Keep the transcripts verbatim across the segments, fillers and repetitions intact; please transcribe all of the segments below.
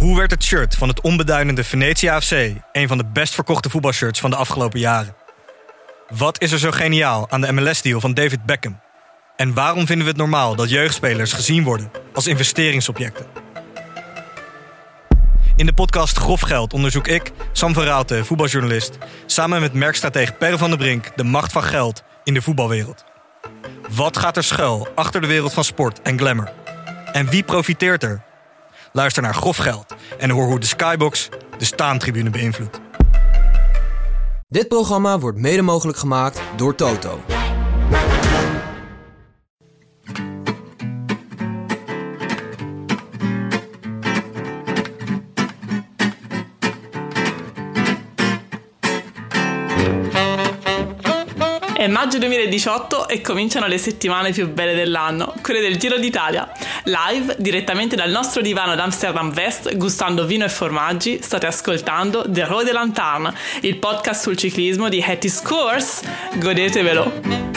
Hoe werd het shirt van het onbeduidende Venetia F C een van de best verkochte voetbalshirts van de afgelopen jaren? Wat is er zo geniaal aan de M L S-deal van David Beckham? En waarom vinden we het normaal dat jeugdspelers gezien worden als investeringsobjecten? In de podcast Grof Geld onderzoek ik, Sam van Raalte, voetbaljournalist, samen met merkstratege Per van der Brink de macht van geld in de voetbalwereld. Wat gaat er schuil achter de wereld van sport en glamour? En wie profiteert er? Luister naar Grof Geld en hoor hoe de Skybox de staantribune beïnvloedt. Dit programma wordt mede mogelijk gemaakt door Toto. È maggio duemiladiciotto e cominciano le settimane più belle dell'anno, quelle del Giro d'Italia. Live, direttamente dal nostro divano ad Amsterdam West, gustando vino e formaggi, state ascoltando The Road de Lantarn, il podcast sul ciclismo di Hattie Scores. Godetevelo!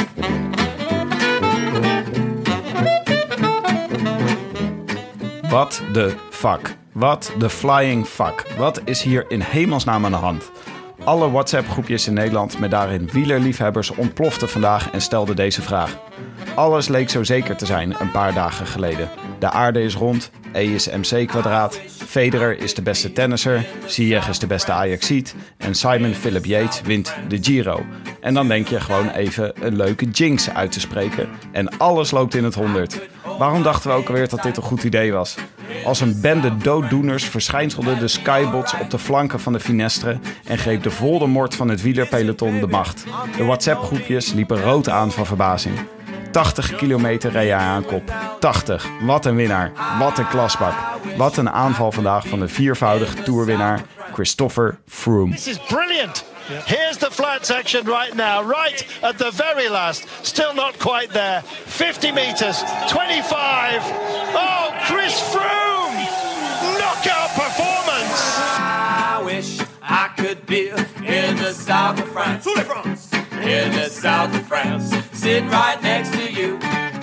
What the fuck? What the flying fuck? Wat is hier in hemelsnaam aan de hand? Alle WhatsApp-groepjes in Nederland met daarin wielerliefhebbers ontploften vandaag en stelden deze vraag. Alles leek zo zeker te zijn een paar dagen geleden. De aarde is rond, E is M C kwadraat, Federer is de beste tennisser, Ziyech is de beste Ajaxiet en Simon Philip Yates wint de Giro. En dan denk je gewoon even een leuke jinx uit te spreken en alles loopt in het honderd. Waarom dachten we ook alweer dat dit een goed idee was? Als een bende dooddoeners verschijnselden de skybots op de flanken van de Finestre en greep de Voldemort van het wielerpeloton de macht. De WhatsApp-groepjes liepen rood aan van verbazing. tachtig kilometer reed hij aan kop. tachtig. Wat een winnaar. Wat een klasbak. Wat een aanval vandaag van de viervoudige toerwinnaar Christopher Froome. This is brilliant. Here's the flat section right now, right at the very last. Still not quite there. fifty meters, twenty-five. Oh, Chris Froome! Knockout performance! I wish I could be in the south of France. In the south of France. Sitting right next to you.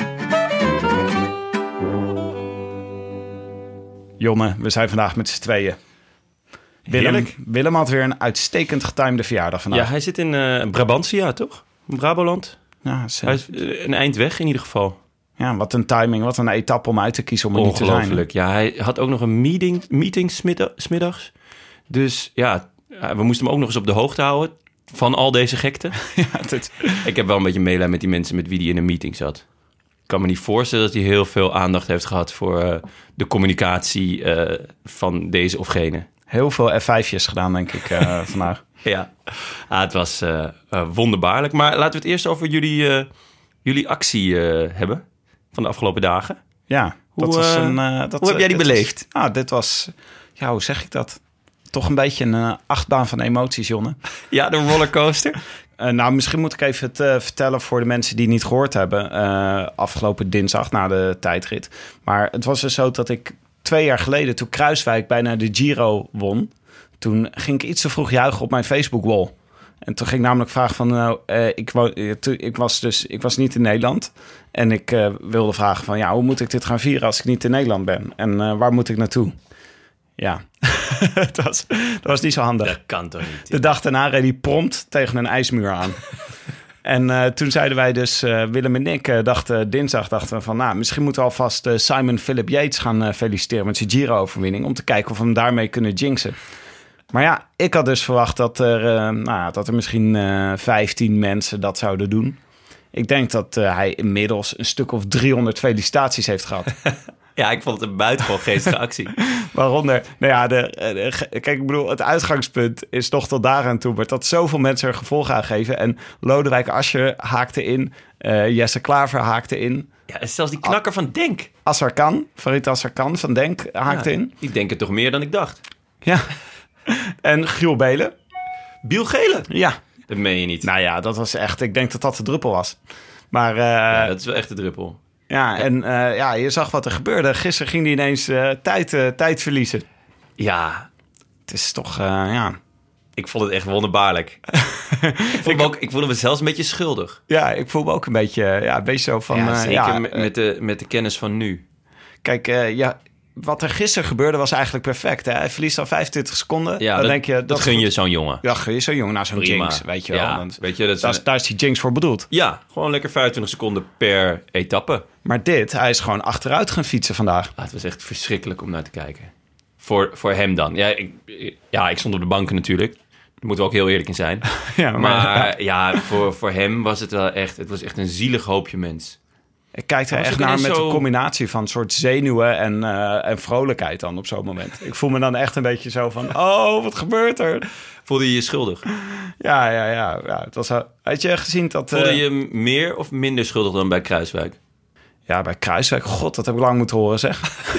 Jonne, we zijn vandaag met z'n tweeën. Willem, Willem had weer een uitstekend getimede verjaardag vandaag. Ja, hij zit in uh, Brabantia, toch? Braboland. Ja, ze... Hij is uh, een eind weg in ieder geval. Ja, wat een timing, wat een etappe om uit te kiezen om er niet te zijn. Ongelooflijk. Ja, hij had ook nog een meeting, meeting smiddag, smiddags. Dus ja, we moesten hem ook nog eens op de hoogte houden van al deze gekte. Ja, dit... Ik heb wel een beetje meelij met die mensen met wie hij in een meeting zat. Ik kan me niet voorstellen dat hij heel veel aandacht heeft gehad voor uh, de communicatie uh, van deze of gene. Heel veel F vijfjes gedaan, denk ik, uh, vandaag. Ja, ah, het was uh, uh, wonderbaarlijk. Maar laten we het eerst over jullie, uh, jullie actie uh, hebben van de afgelopen dagen. Ja, hoe, dat was uh, een... Uh, dat, hoe heb jij die beleefd? Was, ah, dit was... Ja, hoe zeg ik dat? Toch een beetje een uh, achtbaan van emoties, Jonne. Ja, de rollercoaster. Uh, nou, misschien moet ik even het uh, vertellen voor de mensen die het niet gehoord hebben. Uh, afgelopen dinsdag na de tijdrit. Maar het was dus zo dat ik twee jaar geleden, toen Kruiswijk bijna de Giro won, toen ging ik iets te vroeg juichen op mijn Facebook-wall. En toen ging ik namelijk vragen van, nou, uh, ik, wo- ik was dus, ik was niet in Nederland. En ik uh, wilde vragen van, ja, hoe moet ik dit gaan vieren als ik niet in Nederland ben? En uh, waar moet ik naartoe? Ja, dat, was, dat was niet zo handig. Dat kan toch niet? De dag daarna reed hij prompt tegen een ijsmuur aan. En uh, toen zeiden wij dus, uh, Willem en ik, uh, dachten, dinsdag dachten we van, nou, misschien moeten we alvast uh, Simon Philip Yates gaan uh, feliciteren met zijn Giro-overwinning, om te kijken of we hem daarmee kunnen jinxen. Maar ja, ik had dus verwacht dat er, uh, nou, dat er misschien uh, vijftien mensen dat zouden doen. Ik denk dat uh, hij inmiddels een stuk of driehonderd felicitaties heeft gehad. Ja, ik vond het een buitengewoon geestige actie. Waaronder, nou ja, de, de, kijk, ik bedoel, het uitgangspunt is toch tot daaraan toe, maar dat zoveel mensen er gevolg aan geven. En Lodewijk Asscher haakte in, uh, Jesse Klaver haakte in. Ja, en zelfs die knakker van Denk. Azarkan, Farid Azarkan van Denk haakte ja, in. Ik denk het toch meer dan ik dacht. Ja. En Giel Belen. Biel Gelen? Ja. Dat meen je niet. Nou ja, dat was echt, ik denk dat dat de druppel was. Maar uh, ja, dat is wel echt de druppel. Ja, en uh, ja, je zag wat er gebeurde. Gisteren ging hij ineens uh, tijd, uh, tijd verliezen. Ja. Het is toch, uh, ja... Ik vond het echt wonderbaarlijk. ik, voelde me ook, ik voelde me zelfs een beetje schuldig. Ja, ik voel me ook een beetje, ja, een beetje zo van... Ja, uh, zeker ja, met, met, de, met de kennis van nu. Kijk, uh, ja, wat er gisteren gebeurde was eigenlijk perfect. Hè? Hij verliest al vijfentwintig seconden. Ja, dan dat, denk je, dat, dat gun je zo'n jongen. Ja, gun je zo'n jongen. Nou, zo'n Prima. jinx, weet je wel. Ja, Dan, weet je, dat is daar, is, daar is die jinx voor bedoeld. Ja, gewoon lekker vijfentwintig seconden per etappe. Maar dit, hij is gewoon achteruit gaan fietsen vandaag. Ah, het was echt verschrikkelijk om naar te kijken. Voor, voor hem dan. Ja ik, ja, ik stond op de banken natuurlijk. Daar moeten we ook heel eerlijk in zijn. Ja, maar, maar ja, ja voor, voor hem was het wel echt... Het was echt een zielig hoopje mens. Ik kijk er was echt ook naar ineens met zo- een combinatie van soort zenuwen en, uh, en vrolijkheid dan op zo'n moment. Ik voel me dan echt een beetje zo van, oh, wat gebeurt er? Voelde je je schuldig? Ja, ja, ja. ja het was, uh, had je gezien dat... Uh, Voelde je meer of minder schuldig dan bij Kruiswijk? Ja, bij Kruiswijk, god, dat heb ik lang moeten horen, zeg.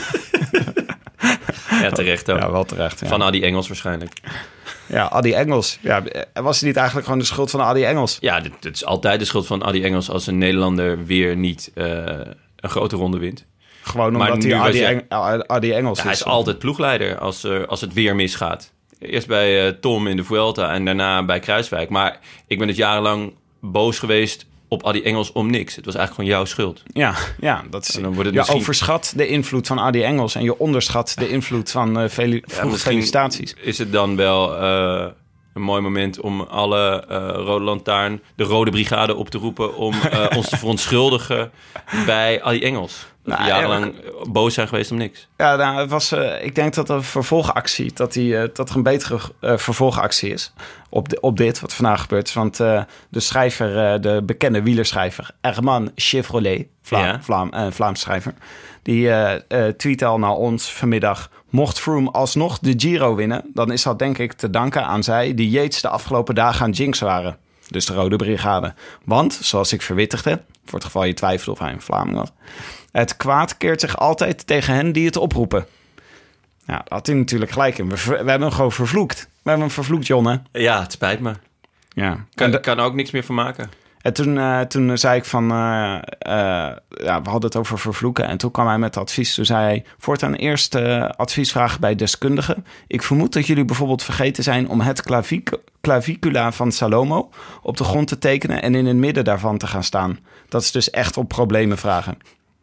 Ja, terecht ook. Ja, wel terecht. Ja. Van Adi Engels waarschijnlijk. Ja, Adi Engels. Ja, was het niet eigenlijk gewoon de schuld van Adi Engels? Ja, dit, dit is altijd de schuld van Adi Engels als een Nederlander weer niet uh, een grote ronde wint. Gewoon Maar omdat hij nu was Adi, je- Eng- Adi Engels Ja, is. hij is altijd ploegleider als, uh, als het weer misgaat. Eerst bij uh, Tom in de Vuelta en daarna bij Kruiswijk. Maar ik ben dus jarenlang boos geweest op Adi Engels om niks. Het was eigenlijk gewoon jouw schuld. Ja, ja, dat is. En dan wordt het Je misschien- overschat de invloed van Adi Engels en je onderschat de invloed van uh, veli- Ja, vroege misschien felicitaties. is het dan wel uh, een mooi moment om alle uh, Rode Lantaarn, de Rode Brigade op te roepen om uh, ons te verontschuldigen bij Adi Engels. Dat Nou, we jarenlang boos zijn geweest om niks. Ja, nou, het was, uh, ik denk dat een vervolgactie, dat, die, uh, dat er een betere uh, vervolgactie is op, de, op dit, wat vandaag gebeurt. Want uh, de schrijver, uh, de bekende wielerschrijver, Herman Chevrolet, Vla- Ja. Vlaam, uh, Vlaams schrijver, die uh, uh, tweet al naar ons vanmiddag: mocht Froome alsnog de Giro winnen, dan is dat denk ik te danken aan zij die Yates de afgelopen dagen aan jinx waren. Dus de Rode Brigade. Want, zoals ik verwittigde, voor het geval je twijfelde of hij een Vlaming was, het kwaad keert zich altijd tegen hen die het oproepen. Ja, daar had hij natuurlijk gelijk in. We, ver- we hebben hem gewoon vervloekt. We hebben hem vervloekt, John, hè? Ja, het spijt me. Ja. Kan, En, de- kan er ook niks meer van maken. en toen, uh, toen zei ik van... Uh, uh, ja, we hadden het over vervloeken. En toen kwam hij met advies. Toen zei hij, voortaan eerst uh, advies vragen bij deskundigen. Ik vermoed dat jullie bijvoorbeeld vergeten zijn om het klavic- clavicula van Salomo op de grond te tekenen en in het midden daarvan te gaan staan. Dat is dus echt op problemen vragen.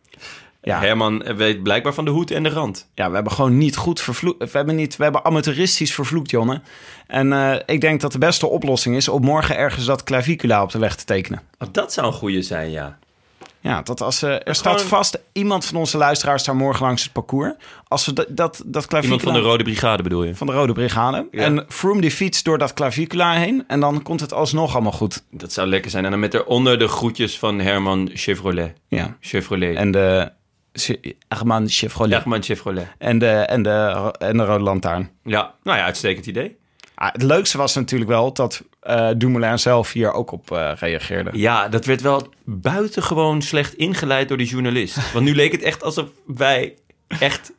Ja. Herman weet blijkbaar van de hoed en de rand. Ja, we hebben gewoon niet goed vervloekt. We hebben, niet, we hebben amateuristisch vervloekt, Jonne. En uh, ik denk dat de beste oplossing is om morgen ergens dat clavicula op de weg te tekenen. Oh, dat zou een goeie zijn, ja. Ja, dat als uh, er Gewoon- staat vast iemand van onze luisteraars daar morgen langs het parcours. Als we dat, dat, dat clavicula... Iemand van de Rode Brigade bedoel je? van de Rode Brigade. Ja. En Froome die fietst door dat clavicula heen. En dan komt het alsnog allemaal goed. Dat zou lekker zijn. En dan met eronder de groetjes van Herman Chevrolet. Ja. Chevrolet. En de... Herman Chevrolet. Herman Chevrolet. En, de, en, de, en de Rode Lantaarn. Ja, nou ja, uitstekend idee. Ah, het leukste was natuurlijk wel dat uh, Dumoulin zelf hier ook op uh, reageerde. Ja, dat werd wel buitengewoon slecht ingeleid door die journalist. Want nu leek het echt alsof wij echt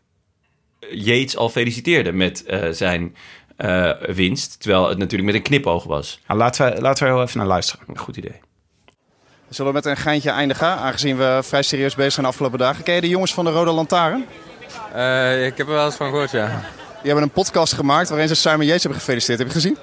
Yates al feliciteerden met uh, zijn uh, winst. Terwijl het natuurlijk met een knipoog was. Nou, laten, we, laten we heel even naar luisteren. Een goed idee. We zullen met een geintje eindigen, aangezien we vrij serieus bezig zijn de afgelopen dagen. Ken je de jongens van de Rode Lantaarn? Uh, ik heb er wel eens van gehoord, ja. Die hebben een podcast gemaakt waarin ze Simon Yates hebben gefeliciteerd. Heb je gezien?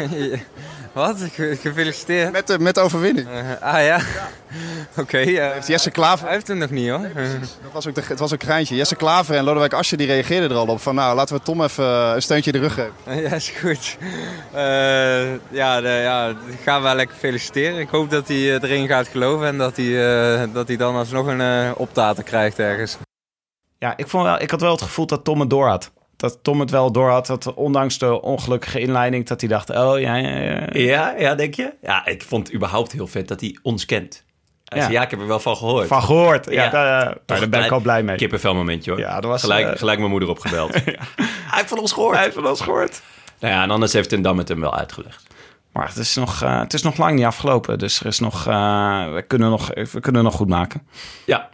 Wat? Ge- Gefeliciteerd. Met de, met de overwinning. Uh, ah ja, oké. Okay, uh, Heeft Jesse Klaver... hij heeft het nog niet, hoor. Uh, Dat was ook de, het was ook een geintje. Jesse Klaver en Lodewijk Asscher die reageerden er al op. Van nou, laten we Tom even een steuntje in de rug geven. ja, is goed. Uh, ja, de, ja, ik ga wel lekker feliciteren. Ik hoop dat hij uh, erin gaat geloven en dat hij, uh, dat hij dan alsnog een uh, optater krijgt ergens. Ja, ik, vond wel, ik had wel het gevoel dat Tom het door had. Dat Tom het wel door had. Dat ondanks de ongelukkige inleiding dat hij dacht, oh ja, ja, ja. Ja, ja, denk je? Ja, ik vond het überhaupt heel vet dat hij ons kent. Hij Ja. zei, ja, ik heb er wel van gehoord. Van gehoord. Ja, Ja. daar, Toch daar ben ik gelijk- al blij mee. Kippenvel momentje, hoor. Ja, dat was, gelijk, uh, gelijk mijn moeder opgebeld. ja. Hij heeft van ons gehoord. Hij heeft van ons gehoord. Nou ja, en anders heeft Ten Dam het hem wel uitgelegd. Maar het is, nog, uh, het is nog lang niet afgelopen. Dus er is nog, uh, we, kunnen nog, we kunnen nog goed maken. Ja,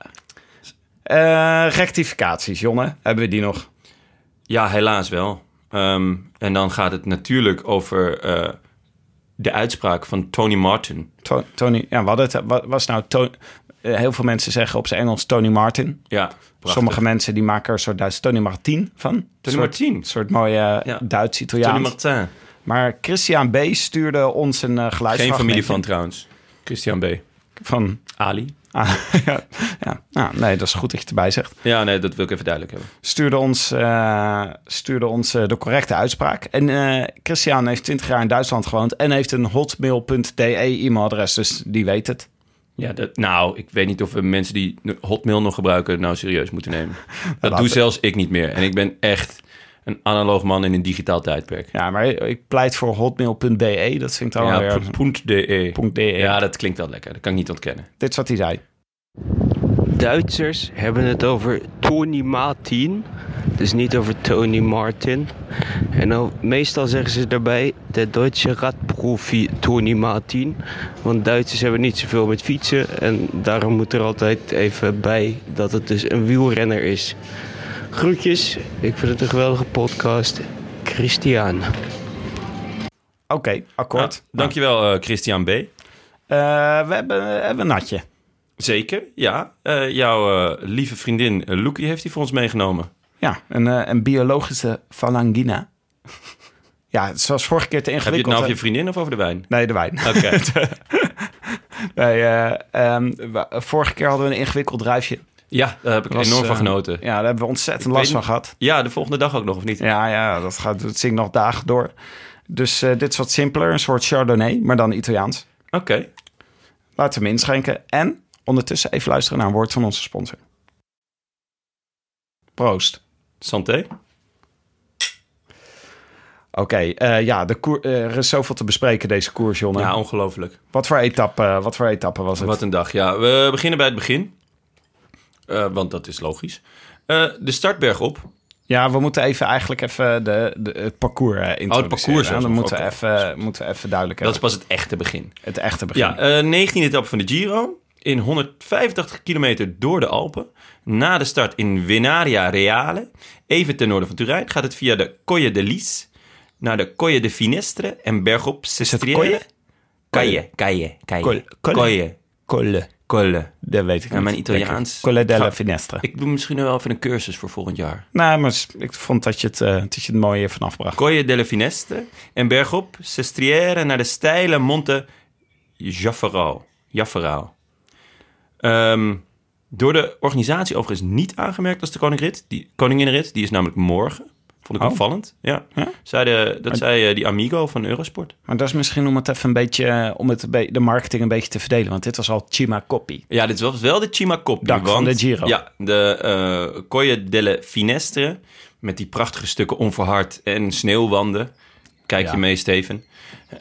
Uh, rectificaties, Jonne. Hebben we die nog? ja helaas wel. Um, en dan gaat het natuurlijk over uh, de uitspraak van Tony Martin. To- Tony, ja, wat het wat was nou... To- uh, heel veel mensen zeggen op zijn Engels Tony Martin. Ja, prachtig. Sommige mensen die maken er een soort Duits Tony Martin van. Tony soort, Martin. Een soort mooie Ja. Duits-Italiaans. Tony Martin. Maar Christian B. stuurde ons een uh, geluidsfragmentje. Geen familie van trouwens. Christian B. Van Ali. Ah, ja, ja. Nou, nee, dat is goed dat je het erbij zegt. Ja, nee, dat wil ik even duidelijk hebben. Stuurde ons, uh, stuurde ons uh, de correcte uitspraak. En uh, Christian heeft twintig jaar in Duitsland gewoond en heeft een hotmail punt d e e-mailadres, dus die weet het. Ja, dat, nou, ik weet niet of we mensen die Hotmail nog gebruiken nou serieus moeten nemen. Dat Laat doe het. zelfs ik niet meer. En ik ben echt een analoog man in een digitaal tijdperk. Ja, maar ik pleit voor hotmail punt b e. Dat vind ik dan ja, weer... .de. .de. Ja, dat klinkt wel lekker. Dat kan ik niet ontkennen. Dit is wat hij zei. Duitsers hebben het over Tony Martin, dus niet over Tony Martin. En dan, meestal zeggen ze daarbij de Duitse radprofi Tony Martin. Want Duitsers hebben niet zoveel met fietsen en daarom moet er altijd even bij dat het dus een wielrenner is. Groetjes, ik vind het een geweldige podcast. Christian. Oké, okay, akkoord. Nou, dankjewel uh, Christian B. Uh, we hebben, uh, hebben een natje. Zeker, ja. Uh, jouw uh, lieve vriendin uh, Loekie heeft die voor ons meegenomen. Ja, een, uh, een biologische falangina. Ja, het was vorige keer te ingewikkeld. Heb je het nou over je vriendin of over de wijn? Nee, de wijn. Oké. Okay. nee, uh, um, vorige keer hadden we een ingewikkeld druifje. Ja, daar heb ik was, enorm uh, van genoten. Ja, daar hebben we ontzettend last van gehad. Ja, de volgende dag ook nog, of niet? Ja, ja dat, gaat, dat zingt nog dagen door. Dus uh, dit is wat simpeler, een soort Chardonnay, maar dan Italiaans. Oké. Okay. Laten we hem inschenken en ondertussen even luisteren naar een woord van onze sponsor. Proost. Santé. Oké, okay, uh, ja, de koer, uh, er is zoveel te bespreken deze koers, John. Ja, ongelooflijk. Wat voor etappe, wat voor etappe was het? Wat een dag, ja. We beginnen bij het begin, uh, want dat is logisch. Uh, de startberg op. Ja, we moeten even eigenlijk even de, de, het parcours uh, introduceren. Oh, het parcours. Dan moeten, okay. we even, moeten we even duidelijk hebben. Dat is pas het echte begin. Het echte begin. Ja, uh, negentiende etappe van de Giro. In honderdvijfentachtig kilometer door de Alpen. Na de start in Venaria Reale. Even ten noorden van Turijn. Gaat het via de Colle de Lis naar de Colle de Finestre en bergop Sestriere. Caille, Caille, Caille. Colle. Colle. Colle. Dat weet ik ja, niet. Mijn Italiaans. Colle della Finestre. Ik doe misschien wel even een cursus voor volgend jaar. Nou, maar ik vond dat je het, uh, dat je het mooi vanaf bracht. Colle della Finestre en bergop Sestriere naar de steile Monte Jaffarao. Jaffarao. Um, door de organisatie overigens niet aangemerkt als de koningrit. Die, koninginrit. Die is namelijk morgen. Vond ik oh. opvallend. Ja. Ja? Zei de, dat maar, zei uh, die amigo van Eurosport. Maar dat is misschien om het even een beetje, uh, om het be- de marketing een beetje te verdelen. Want dit was al Cima Coppi. Ja, dit was wel de Cima Coppi. Dak van de Giro. Ja, de uh, Colle delle Finestre. Met die prachtige stukken onverhard en sneeuwwanden. Kijk ja. je mee, Steven. Uh,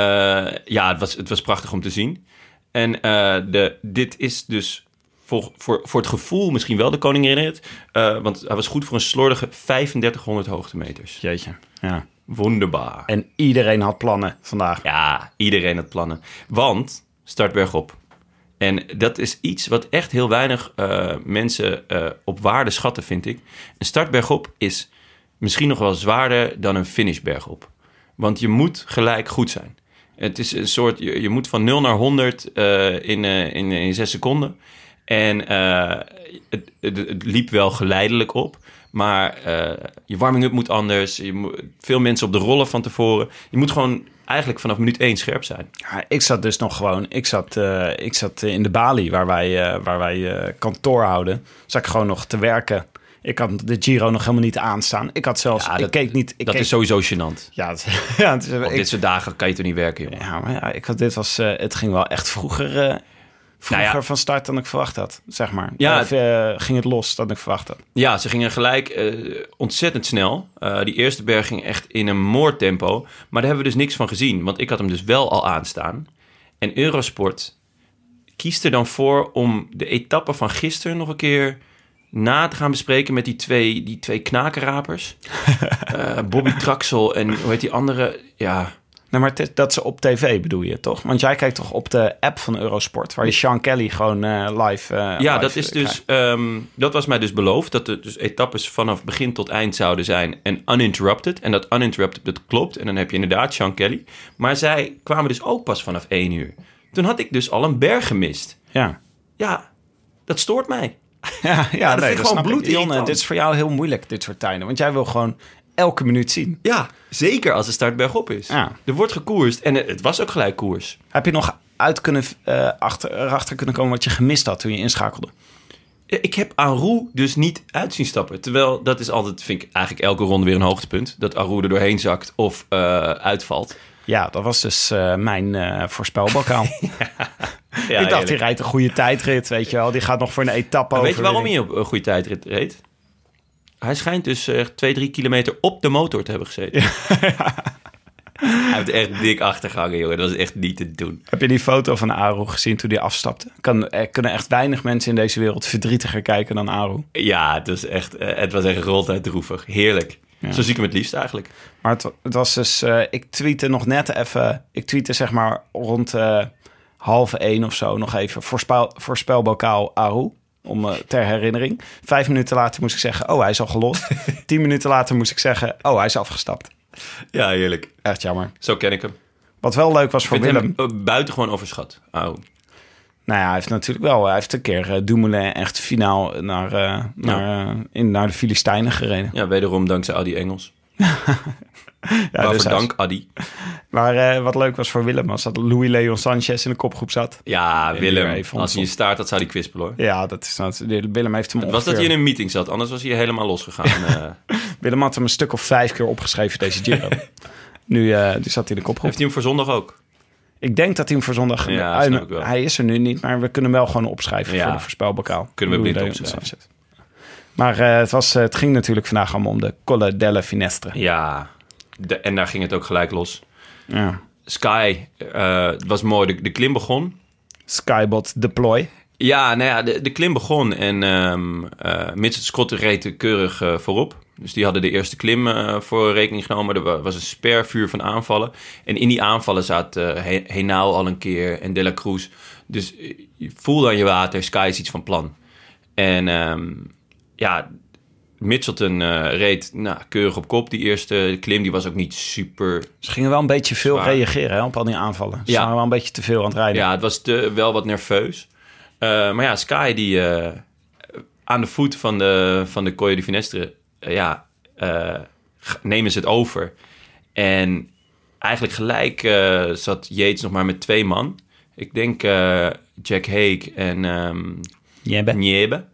ja, het was, het was prachtig om te zien. En uh, de, dit is dus voor, voor, voor het gevoel misschien wel de koninginrit. Uh, want hij was goed voor een slordige vijfendertighonderd hoogtemeters. Jeetje, ja. Wonderbaar. En iedereen had plannen vandaag. Ja, iedereen had plannen. Want, startberg op. En dat is iets wat echt heel weinig uh, mensen uh, op waarde schatten, vind ik. Een startberg op is misschien nog wel zwaarder dan een finishberg op. Want je moet gelijk goed zijn. Het is een soort, je, je moet van nul naar honderd uh, in, uh, in, in zes seconden. En uh, het, het, het liep wel geleidelijk op. Maar uh, je warming-up moet anders. Je moet, veel mensen op de rollen van tevoren. Je moet gewoon eigenlijk vanaf minuut één scherp zijn. Ja, ik zat dus nog gewoon... Ik zat, uh, ik zat in de Bali, waar wij, uh, waar wij uh, kantoor houden. Zat ik gewoon nog te werken. Ik had de Giro nog helemaal niet aanstaan. Ik had zelfs... Ja, ik dat, keek niet... Ik dat keek, is sowieso gênant. Ja, het, ja het is, op ik, dit soort dagen kan je toch niet werken, jongen. Ja, maar ja, ik had, dit was... Uh, het ging wel echt vroeger... Uh, vroeger nou ja. van start dan ik verwacht had, zeg maar. Ja, of uh, ging het los dan ik verwacht had. Ja, ze gingen gelijk uh, ontzettend snel. Uh, die eerste berg ging echt in een moordtempo. Maar daar hebben we dus niks van gezien. Want ik had hem dus wel al aanstaan. En Eurosport kiest er dan voor om de etappe van gisteren nog een keer na te gaan bespreken met die twee, die twee knakenrapers. uh, Bobby Traxel en hoe heet die andere? Ja... Nee, maar het, dat ze op tv bedoel je, toch? Want jij kijkt toch op de app van Eurosport... waar je Sean Kelly gewoon uh, live... Uh, ja, live dat is dus... Um, dat was mij dus beloofd... dat er dus etappes vanaf begin tot eind zouden zijn... en uninterrupted. En dat uninterrupted, dat klopt. En dan heb je inderdaad Sean Kelly. Maar zij kwamen dus ook pas vanaf één uur. Toen had ik dus al een berg gemist. Ja. Ja, dat stoort mij. Ja, ja, ja dat nee, vind ik gewoon bloed. Jonne, dit is voor jou heel moeilijk, dit soort tijden. Want jij wil gewoon... elke minuut zien. Ja, zeker als de start bergop is. Ja. Er wordt gekoerst en het was ook gelijk koers. Heb je nog uit kunnen, uh, achter, erachter kunnen komen wat je gemist had toen je inschakelde? Ik heb Aru dus niet uit zien stappen. Terwijl dat is altijd, vind ik eigenlijk elke ronde weer een hoogtepunt. Dat Aru er doorheen zakt of uh, uitvalt. Ja, dat was dus uh, mijn uh, voorspelbokaal. ja. Ja, ik dacht, die rijdt een goede tijdrit, weet je wel. Die gaat nog voor een etappe over. Weet je waarom hij op een goede tijdrit reed? Hij schijnt dus uh, twee, drie kilometer op de motor te hebben gezeten. Ja. Hij heeft echt dik achtergehangen, jongen. Dat is echt niet te doen. Heb je die foto van Aru gezien toen hij afstapte? Kan, er kunnen echt weinig mensen in deze wereld verdrietiger kijken dan Aru. Ja, het was echt, uh, het was echt ronduit droevig. Heerlijk. Ja. Zo zie ik hem het liefst eigenlijk. Maar het, het was dus... Uh, ik tweette nog net even... Ik tweette zeg maar rond uh, half één of zo nog even voorspel, voorspelbokaal Aru. Om uh, ter herinnering. Vijf minuten later moest ik zeggen... Oh, hij is al gelost. Tien minuten later moest ik zeggen... Oh, hij is afgestapt. Ja, heerlijk. Echt jammer. Zo ken ik hem. Wat wel leuk was voor ik vind Willem... Hem buitengewoon overschat. Aru. Nou ja, hij heeft natuurlijk wel... Hij heeft een keer uh, Dumoulin echt finaal naar, uh, naar, uh, in, naar de Filistijnen gereden. Ja, wederom dankzij Adi Engels. ja, Waarvoor dus dank, Adi. Maar uh, wat leuk was voor Willem... was dat Louis Leon Sanchez in de kopgroep zat. Ja, Willem. Als hij in staart had, zou hij kwispelen, hoor. Ja, dat is dat. Willem heeft hem Het was dat hij in een meeting zat. Anders was hij helemaal losgegaan. uh. Willem had hem een stuk of vijf keer opgeschreven, deze Giro. nu uh, die zat hij in de kopgroep. Heeft hij hem voor zondag ook? Ik denk dat hij hem voor zondag... Ja, hij, snap ik wel. Hij is er nu niet, maar we kunnen hem wel gewoon opschrijven ja. voor de voorspelbokaal. Kunnen we Louis blind Leon opschrijven. Sanchez. Maar uh, het, was, uh, het ging natuurlijk vandaag allemaal om de Colle delle Finestre. Ja, de, en daar ging het ook gelijk los. Ja. Sky, uh, het was mooi. De, de klim begon. Skybot deploy. Ja, nou ja, de, de klim begon en um, uh, Mitchell Scott reed keurig uh, voorop. Dus die hadden de eerste klim uh, voor rekening genomen. Er was een spervuur van aanvallen. En in die aanvallen zaten uh, Henao al een keer en De La Cruz. Dus uh, je voelde aan je water, Sky is iets van plan. En um, ja, Mitchelton uh, reed nou, keurig op kop. Die eerste klim die was ook niet super... Ze gingen wel een beetje veel zwaar. reageren hè, op al die aanvallen. Ze ja. waren wel een beetje te veel aan het rijden. Ja, het was te, wel wat nerveus. Uh, maar ja, Sky die uh, aan de voet van de, van de Colle di Finestre... Uh, ja, uh, nemen ze het over. En eigenlijk gelijk uh, zat Yates nog maar met twee man. Ik denk uh, Jack Haig en um, Niebe. Niebe.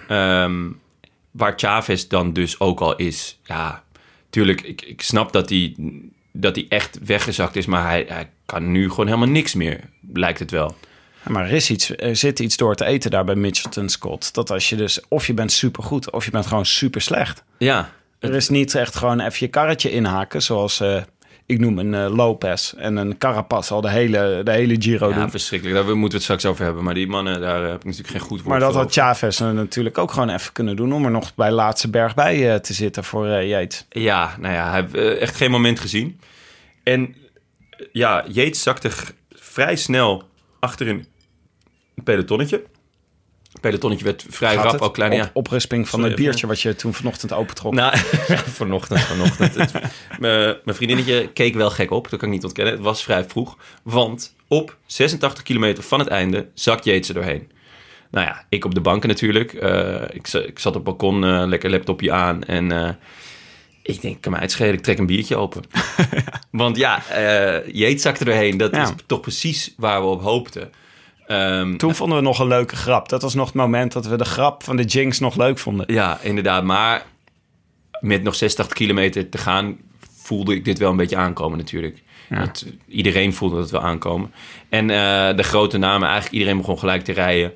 Um, waar Chavez dan dus ook al is. Ja, tuurlijk, ik, ik snap dat hij, dat hij echt weggezakt is... maar hij, hij kan nu gewoon helemaal niks meer, lijkt het wel. Ja, maar er, is iets, er zit iets door te eten daar bij Mitchelton Scott. Dat als je dus... of je bent supergoed, of je bent gewoon super slecht. Ja. Er is niet echt gewoon even je karretje inhaken... zoals... Uh, ik noem een uh, Lopez en een Carapaz al de hele, de hele Giro ja, doen. Verschrikkelijk. Daar moeten we het straks over hebben. Maar die mannen, daar heb ik natuurlijk geen goed woord Maar dat voor had Chavez natuurlijk ook gewoon even kunnen doen... om er nog bij laatste berg bij uh, te zitten voor uh, Yates. Ja, nou ja, hij heeft uh, echt geen moment gezien. En uh, ja, Yates zakte g- vrij snel achter in een pelotonnetje. Het pelotonnetje werd vrij Gaat rap het? ook klein. Op, ja. Oprisping van Sorry, het biertje wat je toen vanochtend opentrok. Nou, vanochtend, vanochtend. Het, mijn vriendinnetje keek wel gek op, dat kan ik niet ontkennen. Het was vrij vroeg, want op zesentachtig kilometer van het einde zakt Yates er doorheen. Nou ja, ik op de banken natuurlijk. Uh, ik, ik zat op het balkon, uh, lekker laptopje aan en... Uh, ik denk, kan mij het schelen, ik trek een biertje open. Want ja, uh, Yates zakte er doorheen. Dat ja. is toch precies waar we op hoopten. Um, Toen vonden we nog een leuke grap. Dat was nog het moment dat we de grap van de Jinx nog leuk vonden. Ja, inderdaad. Maar met nog zesentachtig kilometer te gaan... voelde ik dit wel een beetje aankomen natuurlijk. Ja. Dat, iedereen voelde dat wel aankomen. En uh, de grote namen, eigenlijk iedereen begon gelijk te rijden.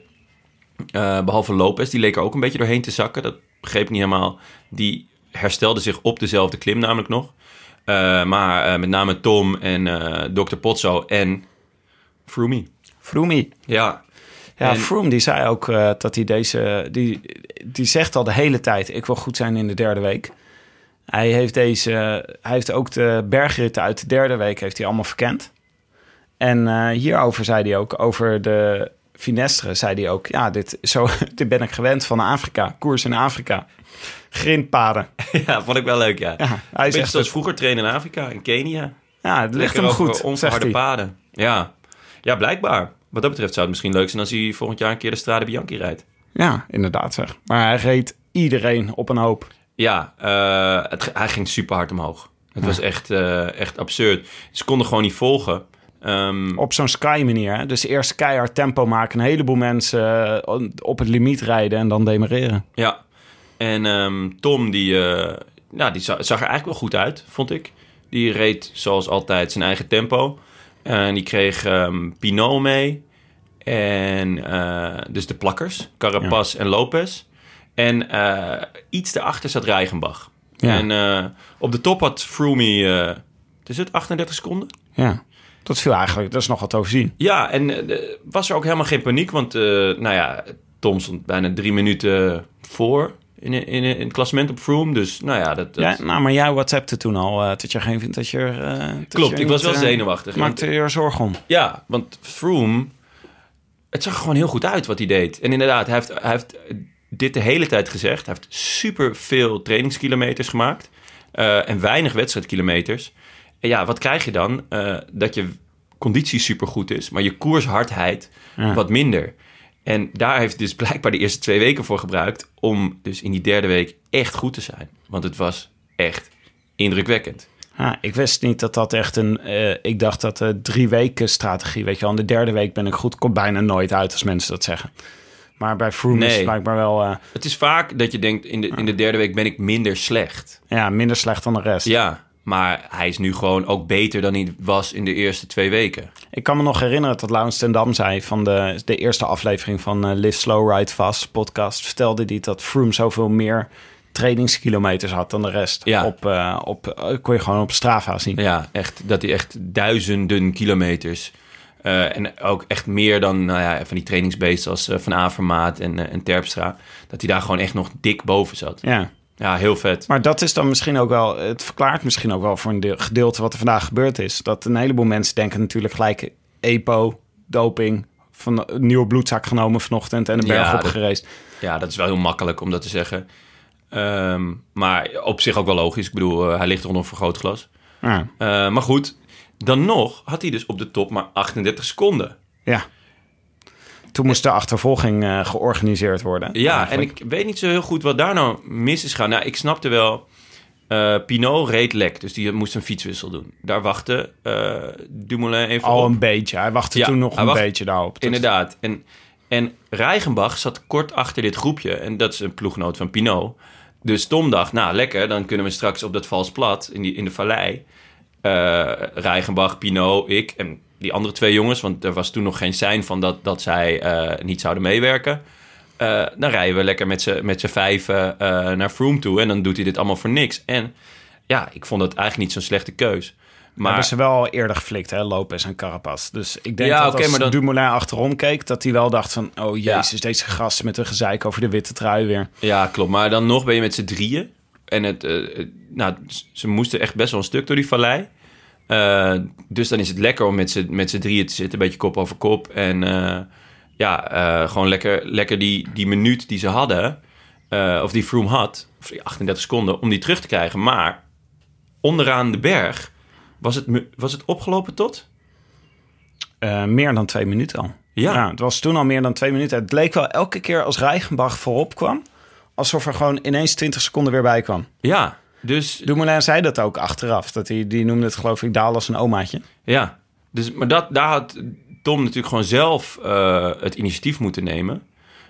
Uh, behalve Lopez, die leek er ook een beetje doorheen te zakken. Dat begreep ik niet helemaal. Die herstelde zich op dezelfde klim namelijk nog. Uh, maar uh, met name Tom en uh, dokter Pozzo en Froome. Froome. Ja. Ja, en... Froome die zei ook uh, dat hij deze... Die, die zegt al de hele tijd... ik wil goed zijn in de derde week. Hij heeft, deze, hij heeft ook de bergritten uit de derde week... heeft hij allemaal verkend. En uh, hierover zei hij ook... over de Finestre zei hij ook... ja, dit, zo, dit ben ik gewend van Afrika. Koers in Afrika. Grindpaden. Ja, vond ik wel leuk, ja. ja hij zegt zoals vroeger trainen in Afrika, in Kenia. Ja, het ligt hem goed, onverharde paden. Ja. ja, blijkbaar. Wat dat betreft zou het misschien leuk zijn... als hij volgend jaar een keer de Strade Bianchi rijdt. Ja, inderdaad zeg. Maar hij reed iedereen op een hoop. Ja, uh, het, hij ging super hard omhoog. Het ja. was echt, uh, echt absurd. Ze konden gewoon niet volgen. Um, Op zo'n Sky manier. Hè? Dus eerst keihard tempo maken. Een heleboel mensen uh, op het limiet rijden en dan demareren. Ja. En um, Tom, die, uh, nou, die zag, zag er eigenlijk wel goed uit, vond ik. Die reed zoals altijd zijn eigen tempo. En die kreeg um, Pinot mee. En uh, dus de plakkers. Carapaz ja. en Lopez. En uh, iets daarachter zat Reichenbach. Ja. En uh, op de top had Froome... Uh, is het achtendertig seconden? Ja. Dat viel eigenlijk, dat is nog wat te overzien. Ja, en uh, was er ook helemaal geen paniek. Want uh, nou ja, Tom stond bijna drie minuten voor in, in, in het klassement op Froome. Dus nou ja, dat... dat... Ja, nou, maar jij WhatsAppte toen al uh, dat je geen vindt dat je... Uh, dat Klopt, je ik was wel uh, zenuwachtig. Maakte je er zorgen om? Ja, want Froome... Het zag er gewoon heel goed uit wat hij deed. En inderdaad, hij heeft, hij heeft dit de hele tijd gezegd. Hij heeft super veel trainingskilometers gemaakt. Uh, en weinig wedstrijdkilometers. En ja, wat krijg je dan? Uh, dat je conditie supergoed is, maar je koershardheid ja. wat minder. En daar heeft hij dus blijkbaar de eerste twee weken voor gebruikt om dus in die derde week echt goed te zijn. Want het was echt indrukwekkend. Ah, ik wist niet dat dat echt een... Uh, ik dacht dat de drie weken strategie, weet je wel. In de derde week ben ik goed, komt bijna nooit uit als mensen dat zeggen. Maar bij Froome nee. is het blijkbaar wel... Uh, het is vaak dat je denkt, in de, in de derde week ben ik minder slecht. Ja, minder slecht dan de rest. Ja, maar hij is nu gewoon ook beter dan hij was in de eerste twee weken. Ik kan me nog herinneren dat Laurens ten Dam zei van de, de eerste aflevering van uh, Live Slow Ride Fast podcast. Vertelde hij dat Froome zoveel meer trainingskilometers had dan de rest. Ja. Op, uh, op, uh, kon je gewoon op Strava zien. Ja, echt, dat hij echt duizenden kilometers... Uh, en ook echt meer dan nou ja, van die trainingsbeesten als uh, Van Avermaat en, uh, en Terpstra. Dat hij daar gewoon echt nog dik boven zat. Ja. Ja, heel vet. Maar dat is dan misschien ook wel... Het verklaart misschien ook wel voor een deel, gedeelte wat er vandaag gebeurd is. Dat een heleboel mensen denken natuurlijk gelijk E P O, doping, van een nieuwe bloedzak genomen vanochtend en een berg ja, opgereisd. Ja, dat is wel heel makkelijk om dat te zeggen. Um, maar op zich ook wel logisch. Ik bedoel, uh, hij ligt onder een vergrootglas. Ja. Uh, maar goed, dan nog had hij dus op de top maar achtendertig seconden. Ja. Toen moest de achtervolging uh, georganiseerd worden. Ja, eigenlijk. En ik weet niet zo heel goed wat daar nou mis is gaan. Nou, ik snapte wel, uh, Pinot reed lek, dus die moest een fietswissel doen. Daar wachtte uh, Dumoulin even Al op. een beetje. Hij wachtte ja, toen nog een wacht, beetje daarop. Dus. Inderdaad. En, en Reichenbach zat kort achter dit groepje. En dat is een ploeggenoot van Pinot. Dus Tom dacht, nou lekker, dan kunnen we straks op dat vals plat in, die, in de vallei. Uh, Reichenbach, Pinot, ik en die andere twee jongens, want er was toen nog geen sein van dat, dat zij uh, niet zouden meewerken. Uh, dan rijden we lekker met z'n, met z'n vijven uh, naar Froome toe en dan doet hij dit allemaal voor niks. En ja, ik vond dat eigenlijk niet zo'n slechte keus. Maar hebben ze wel al eerder geflikt, hè, Lopez en Carapaz. Dus ik denk ja, dat okay, als maar dan... Dumoulin achterom keek, dat hij wel dacht van, oh jezus, ja. deze gasten met een gezeik over de witte trui weer. Ja, klopt. Maar dan nog ben je met z'n drieën. En het, uh, nou, ze moesten echt best wel een stuk door die vallei. Uh, dus dan is het lekker om met z'n, met z'n drieën te zitten, een beetje kop over kop. En uh, ja, uh, gewoon lekker, lekker die, die minuut die ze hadden, uh, of die Froome had, of die achtendertig seconden, om die terug te krijgen. Maar onderaan de berg was het, was het opgelopen tot? Uh, meer dan twee minuten al. Ja. ja. Het was toen al meer dan twee minuten. Het leek wel elke keer als Reichenbach voorop kwam, alsof er gewoon ineens twintig seconden weer bij kwam. Ja. Dus Dumoulin zei dat ook achteraf. Dat hij, die noemde het geloof ik daal als een omaatje. Ja, dus, maar dat, daar had Tom natuurlijk gewoon zelf uh, het initiatief moeten nemen.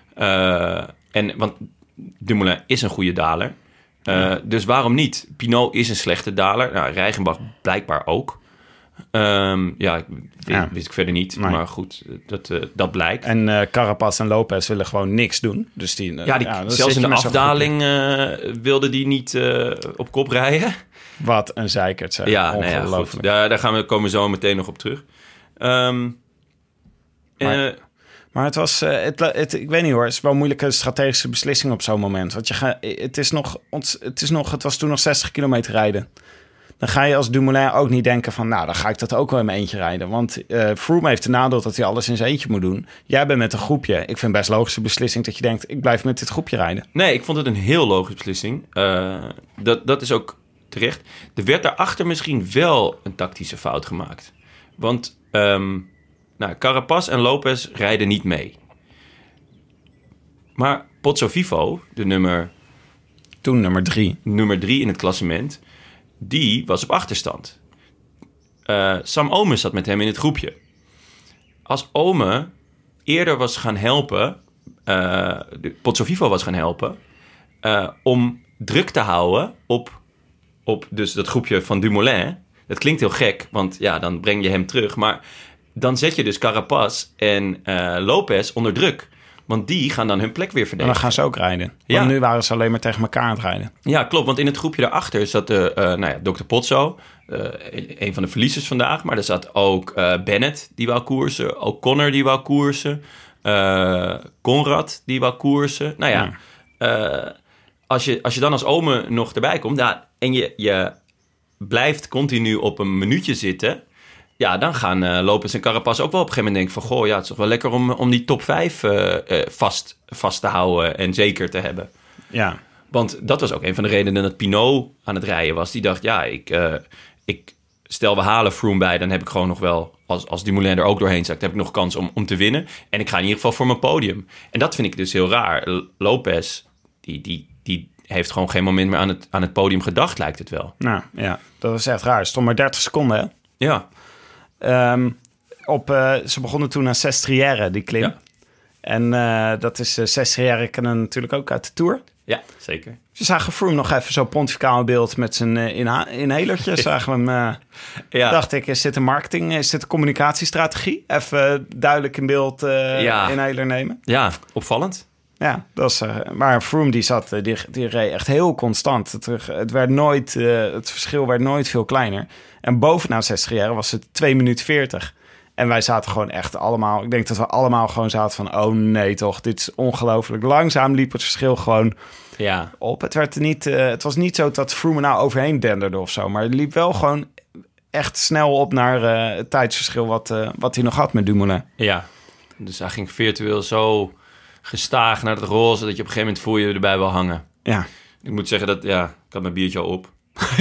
Uh, en, want Dumoulin is een goede daler. Uh, ja. Dus waarom niet? Pinot is een slechte daler. Nou, Reichenbach blijkbaar ook. Um, ja, wist, ja, wist ik verder niet. Nee. Maar goed, dat, uh, dat blijkt. En uh, Carapaz en Lopez willen gewoon niks doen. Dus die, uh, ja, die, ja zelfs in de afdaling uh, wilden die niet uh, op kop rijden. Wat een zeikert, zeg. Ja, nee, ja, goed. Daar, daar gaan we, komen we zo meteen nog op terug. Um, maar, uh, maar het was, uh, het, het, ik weet niet hoor, het is wel een moeilijke strategische beslissing op zo'n moment. Want je ga, het, is nog, het, is nog, het was toen nog zestig kilometer rijden. Dan ga je als Dumoulin ook niet denken van, nou, dan ga ik dat ook wel in mijn eentje rijden. Want uh, Froome heeft de nadeel dat hij alles in zijn eentje moet doen. Jij bent met een groepje. Ik vind best logische beslissing dat je denkt, ik blijf met dit groepje rijden. Nee, ik vond het een heel logische beslissing. Uh, dat, dat is ook terecht. Er werd daarachter misschien wel een tactische fout gemaakt. Want um, nou, Carapaz en Lopez rijden niet mee. Maar Pozzovivo, de nummer... Toen nummer drie. Nummer drie in het klassement, die was op achterstand. uh, Sam Omen zat met hem in het groepje. Als Omen eerder was gaan helpen, uh, Pozzovivo was gaan helpen, uh, om druk te houden op, op dus dat groepje van Dumoulin. Dat klinkt heel gek, want ja, dan breng je hem terug. Maar dan zet je dus Carapaz en uh, Lopez onder druk. Want die gaan dan hun plek weer verdedigen. En dan gaan ze ook rijden. Want ja. nu waren ze alleen maar tegen elkaar aan het rijden. Ja, klopt. Want in het groepje daarachter zat de, uh, nou ja, dokter Pozzo, uh, een van de verliezers vandaag. Maar er zat ook uh, Bennett, die wou koersen. O'Connor, die wou koersen. Uh, Conrad, die wou koersen. Nou ja, ja. Uh, als, je, als je dan als Omen nog erbij komt... Ja, en je, je blijft continu op een minuutje zitten... Ja, dan gaan uh, Lopez en Carapaz ook wel op een gegeven moment denken van... goh, ja, het is toch wel lekker om, om die top vijf uh, uh, vast, vast te houden en zeker te hebben. Ja. Want dat was ook een van de redenen dat Pinot aan het rijden was. Die dacht, ja, ik, uh, ik stel we halen Froome bij... dan heb ik gewoon nog wel, als, als Dumoulin er ook doorheen zakt... heb ik nog kans om, om te winnen. En ik ga in ieder geval voor mijn podium. En dat vind ik dus heel raar. L- Lopez, die, die, die heeft gewoon geen moment meer aan het, aan het podium gedacht, lijkt het wel. Nou, ja, dat is echt raar. Het stond maar dertig seconden, hè? Ja. Um, op, uh, ze begonnen toen aan Sestriere, die klim. Ja. En uh, dat is uh, Sestriere kennen natuurlijk ook uit de Tour. Ja, zeker. Ze zagen Froome nog even zo pontificaal in beeld met zijn uh, inha- inhalertje. Zagen we hem. Uh, ja. Dacht ik, is dit een marketing, is dit een communicatiestrategie? Even uh, duidelijk in beeld uh, ja. inhaler nemen. Ja, opvallend. Ja, dat is, uh, maar Froome die zat, uh, die, die reed echt heel constant. Het, het, werd nooit, uh, het verschil werd nooit veel kleiner. En bovenaan Sestriere was het twee minuten veertig. En wij zaten gewoon echt allemaal... Ik denk dat we allemaal gewoon zaten van... oh nee toch, dit is ongelooflijk. Langzaam liep het verschil gewoon ja. op. Het, werd niet, uh, het was niet zo dat Froome nou overheen denderde of zo. Maar het liep wel gewoon echt snel op naar uh, het tijdsverschil... Wat, uh, wat hij nog had met Dumoulin. Ja, dus hij ging virtueel zo gestaag naar het roze... dat je op een gegeven moment voel je erbij wil hangen. Ja. Ik moet zeggen dat... ja, ik had mijn biertje al op.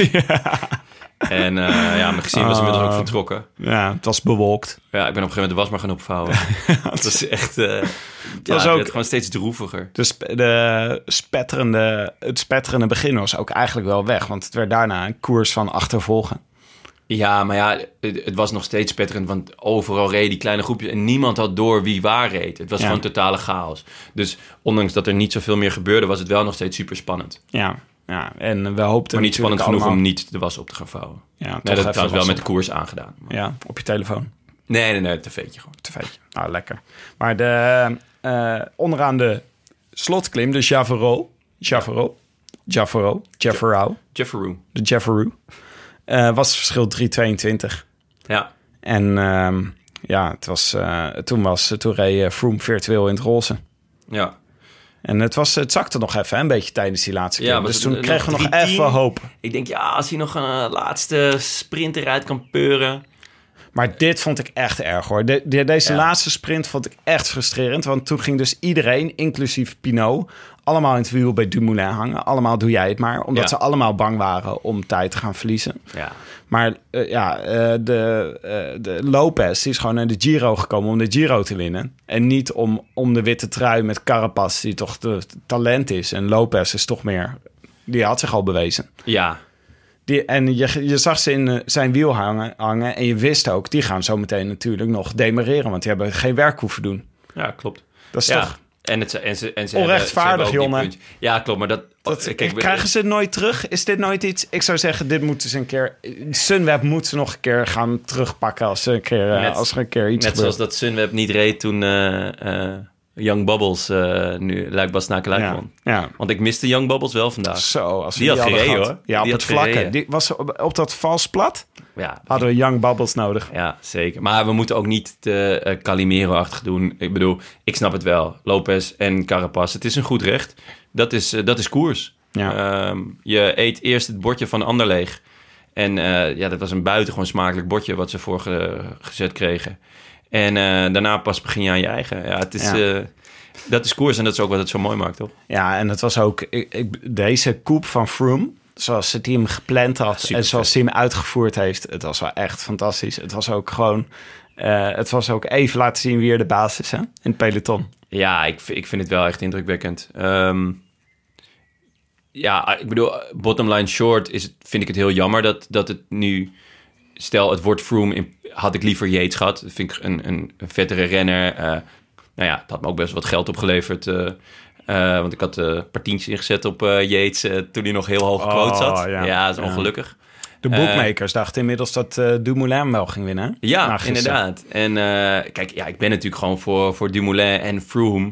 ja. En uh, ja, mijn gezin was uh, inmiddels ook vertrokken. Ja, het was bewolkt. Ja, ik ben op een gegeven moment de was maar gaan opvouwen. Het was echt... Uh, het ja, was het ook werd gewoon steeds droeviger. De, sp- de spetterende, het spetterende begin was ook eigenlijk wel weg. Want het werd daarna een koers van achtervolgen. Ja, maar ja, het, het was nog steeds spetterend. Want overal reden die kleine groepjes... en niemand had door wie waar reed. Het was ja. gewoon totale chaos. Dus ondanks dat er niet zoveel meer gebeurde... was het wel nog steeds super spannend. Ja. Ja, en we hoopten maar niet spannend genoeg allemaal... om niet de was op te gaan vouwen. Ja, nee, dat heb ik trouwens wel met de koers aangedaan. Maar... Ja, op je telefoon? Nee, nee, nee, tv'tje gewoon. tv'tje, nou lekker. Maar de, uh, onderaan de slotklim, de Javero, Javero, Javero, Javero, Javero, de Javero, uh, was het verschil drie tweeëntwintig. Ja. En uh, ja, het was, uh, toen, was, toen reed Froome virtueel in het roze. Ja. En het, was, het zakte nog even, hè, een beetje tijdens die laatste keer. Ja, dus toen kregen we nog drie tien. Even hoop. Ik denk, ja, als hij nog een uh, laatste sprint eruit kan peuren. Maar dit vond ik echt erg, hoor. De, de, deze ja. laatste sprint vond ik echt frustrerend. Want toen ging dus iedereen, inclusief Pinot... allemaal in het wiel bij Dumoulin hangen. Allemaal doe jij het maar. Omdat ja. ze allemaal bang waren om tijd te gaan verliezen. Ja. Maar uh, ja, uh, de, uh, de Lopez die is gewoon naar de Giro gekomen om de Giro te winnen. En niet om, om de witte trui met Carapaz, die toch de talent is. En Lopez is toch meer... Die had zich al bewezen. Ja. Die, en je, je zag ze in uh, zijn wiel hangen, hangen. En je wist ook, die gaan zo meteen natuurlijk nog demereren. Want die hebben geen werk hoeven doen. Ja, klopt. Dat is ja. toch... En, het, en ze, en ze onrechtvaardig, jongen. Ja, klopt, maar dat... dat kijk, krijgen ze het nooit terug? Is dit nooit iets... Ik zou zeggen, dit moeten ze een keer... Sunweb moet ze nog een keer gaan terugpakken... als, ze een keer, net, als er een keer iets net gebeurt. Zoals dat Sunweb niet reed toen... Uh, uh, Young Bubbles uh, nu Luik-Bastenaken ja, won. Ja. Want ik miste Young Bubbles wel vandaag. Zo, als we die, die had gereden, gehad. hoor. Ja, op die het vlakke. Die was op, op dat vals plat. Ja, hadden we Young Bubbles nodig. Ja, zeker. Maar we moeten ook niet te uh, Calimero-achtig doen. Ik bedoel, ik snap het wel. Lopez en Carapaz, het is een goed recht. Dat is, uh, dat is koers. Ja. Um, je eet eerst het bordje van de ander leeg. En uh, ja, dat was een buitengewoon smakelijk bordje... wat ze voor ge, gezet kregen. En uh, daarna pas begin je aan je eigen. Ja, het is... Ja. Uh, dat is koers en dat is ook wat het zo mooi maakt, toch? Ja, en het was ook... Ik, ik, deze coupe van Froome, zoals het team gepland had... Super en zoals hij hem uitgevoerd heeft... het was wel echt fantastisch. Het was ook gewoon... Uh, het was ook even laten zien wie er de baas is, hè? In het peloton. Ja, ik, ik vind het wel echt indrukwekkend. Um, ja, ik bedoel, bottom line short is, vind ik het heel jammer... dat, dat het nu stel, het wordt Froome, in, had ik liever Yates gehad. Dat vind ik een, een, een vettere renner. Uh, nou ja, het had me ook best wat geld opgeleverd. Uh, uh, want ik had uh, een paar tientjes ingezet op uh, Yates uh, toen hij nog heel hoog gequote zat. Oh, ja. ja, dat is ongelukkig. De bookmakers uh, dachten inmiddels dat uh, Dumoulin wel ging winnen. Ja, inderdaad. En uh, kijk, ja, ik ben natuurlijk gewoon voor, voor Dumoulin en Froome.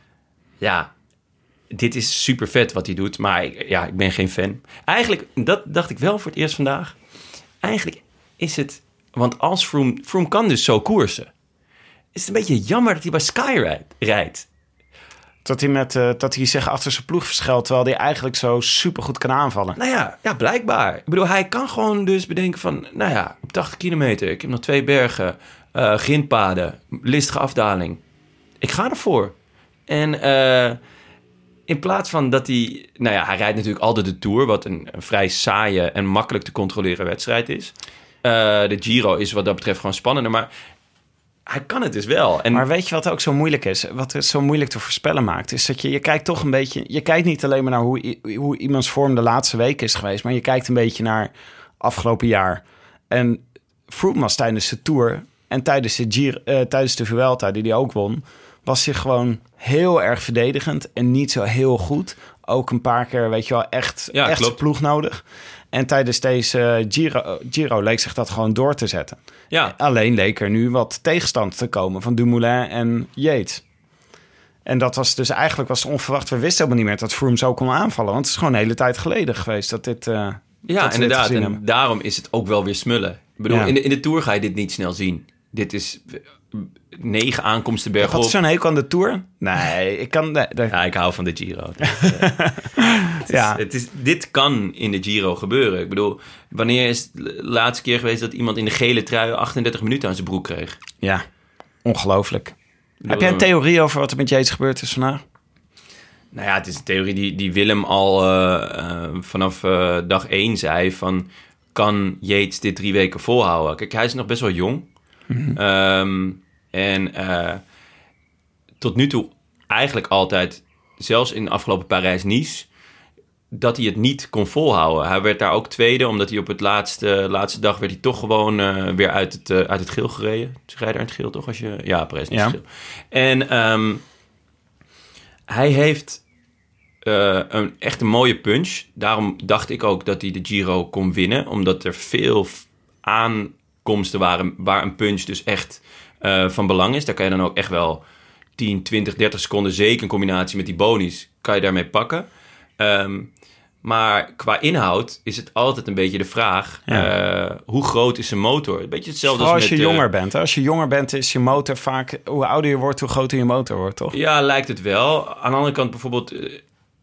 Ja, dit is super vet wat hij doet, maar ik, ja, ik ben geen fan. Eigenlijk, dat dacht ik wel voor het eerst vandaag. Eigenlijk is het, want als Froome, Froome kan dus zo koersen. Is het een beetje jammer dat hij bij Sky rijdt. Dat hij, met, uh, dat hij zich achter zijn ploeg verschuilt, terwijl hij eigenlijk zo supergoed kan aanvallen. Nou ja, ja, blijkbaar. Ik bedoel, hij kan gewoon dus bedenken van, nou ja, op tachtig kilometer, ik heb nog twee bergen, uh, grindpaden, listige afdaling. Ik ga ervoor. En uh, in plaats van dat hij, nou ja, hij rijdt natuurlijk altijd de Tour, wat een, een vrij saaie en makkelijk te controleren wedstrijd is. Uh, de Giro is wat dat betreft gewoon spannender, maar hij kan het dus wel. En maar weet je wat ook zo moeilijk is? Wat het zo moeilijk te voorspellen maakt, is dat je, je kijkt toch een beetje, je kijkt niet alleen maar naar hoe, hoe iemands vorm de laatste week is geweest, maar je kijkt een beetje naar afgelopen jaar. En Froome was tijdens de Tour en tijdens de, Giro, uh, tijdens de Vuelta, die hij ook won, was hij gewoon heel erg verdedigend en niet zo heel goed. Ook een paar keer, weet je wel, echt, ja, echt klopt. ploeg nodig. En tijdens deze Giro, Giro leek zich dat gewoon door te zetten. Ja. Alleen leek er nu wat tegenstand te komen van Dumoulin en Yates. En dat was dus eigenlijk was het onverwacht. We wisten helemaal niet meer dat Froome zo kon aanvallen. Want het is gewoon een hele tijd geleden geweest dat dit uh, Ja, dat inderdaad. Dit en hebben. daarom is het ook wel weer smullen. Ik bedoel, Ja. in, de, in de Tour ga je dit niet snel zien. Dit is negen aankomsten bergop. Wat is zo'n hekel aan de Tour? Nee, ik kan... Nee, nee. Ja, ik hou van de Giro. Dus, uh, het is, Ja. het is, dit kan in de Giro gebeuren. Ik bedoel, wanneer is het de laatste keer geweest dat iemand in de gele trui achtendertig minuten aan zijn broek kreeg? Ja, ongelooflijk. bedoel, Heb jij een theorie over wat er met Yates gebeurd is vandaag? Nou ja, het is een theorie die, die Willem al uh, uh, vanaf uh, dag één zei van, kan Yates dit drie weken volhouden? Kijk, hij is nog best wel jong. Mm-hmm. Um, en uh, tot nu toe eigenlijk altijd, zelfs in de afgelopen Parijs-Nice, dat hij het niet kon volhouden. Hij werd daar ook tweede, omdat hij op het laatste, laatste dag werd hij toch gewoon uh, weer uit het, uh, uit het geel gereden. Ze rijden uit het geel, toch? Als je, ja, Parijs-Nice Ja. geel. En um, hij heeft uh, een echt een mooie punch. Daarom dacht ik ook dat hij de Giro kon winnen, omdat er veel aankomsten waren waar een punch dus echt uh, van belang is. Daar kan je dan ook echt wel tien, twintig, dertig seconden, zeker in combinatie met die bonies, kan je daarmee pakken. Um, maar qua inhoud is het altijd een beetje de vraag, Ja. uh, hoe groot is zijn motor? Een beetje hetzelfde Vooral als als met... je uh, jonger bent. Hè? Als je jonger bent is je motor vaak... Hoe ouder je wordt, hoe groter je motor wordt, toch? Ja, lijkt het wel. Aan de andere kant bijvoorbeeld, uh,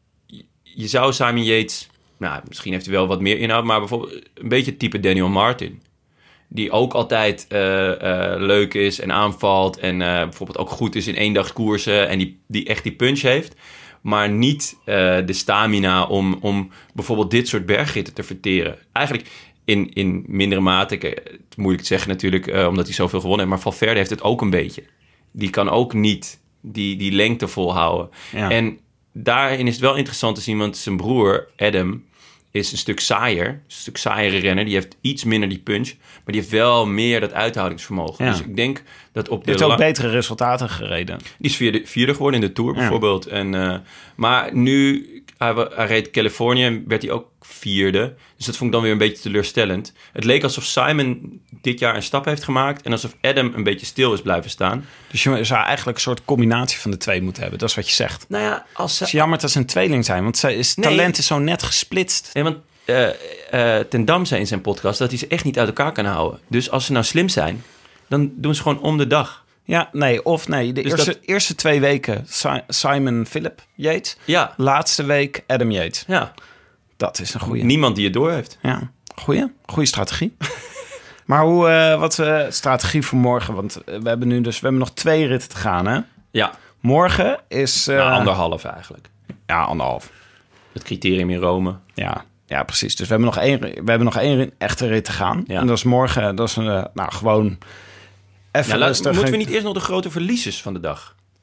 je zou Simon Yates, nou, misschien heeft hij wel wat meer inhoud, maar bijvoorbeeld een beetje het type Daniel Martin, die ook altijd uh, uh, leuk is en aanvalt en uh, bijvoorbeeld ook goed is in eendagskoersen en die, die echt die punch heeft, maar niet uh, de stamina om, om bijvoorbeeld dit soort bergritten te verteren. Eigenlijk in, in mindere mate, ik, het is moeilijk te zeggen natuurlijk, uh, omdat hij zoveel gewonnen heeft, maar Valverde heeft het ook een beetje. Die kan ook niet die, die lengte volhouden. Ja. En daarin is het wel interessant te zien, want zijn broer Adam is een stuk saaier, een stuk saaiere renner. Die heeft iets minder die punch, maar die heeft wel meer dat uithoudingsvermogen. Ja. Dus ik denk dat op de... Je hebt ook la- betere resultaten gereden. Die is vierde, vierde geworden in de Tour Ja. bijvoorbeeld. En, uh, maar nu, hij, wa- hij reed Californië en werd hij ook vierde. Dus dat vond ik dan weer een beetje teleurstellend. Het leek alsof Simon dit jaar een stap heeft gemaakt en alsof Adam een beetje stil is blijven staan. Dus je zou eigenlijk een soort combinatie van de twee moeten hebben. Dat is wat je zegt. Nou ja, als Het is jammer dat ze een tweeling zijn, want ze is, Nee. talent is zo net gesplitst. Nee, want uh, uh, Ten Dam zei in zijn podcast dat hij ze echt niet uit elkaar kan houden. Dus als ze nou slim zijn, dan doen ze gewoon om de dag. Ja, nee, of nee. De Dus eerste, dat- eerste twee weken Si- Simon Philip Yates. Ja, Laatste week Adam Yates. ja. Dat is een goede. Niemand die het door heeft. Ja, goeie. Goede strategie. Maar hoe, uh, wat uh, strategie voor morgen? Want uh, we hebben nu dus, we hebben nog twee ritten te gaan, hè? Ja, Morgen is... Uh, nou, anderhalf eigenlijk. Ja, anderhalf. Het criterium in Rome. Ja, ja, precies. Dus we hebben nog één, we hebben nog één echte rit te gaan. Ja. En dat is morgen, dat is een, uh, nou gewoon even Ja, laat- rustig. moeten we niet eerst nog de grote verliezers van de dag?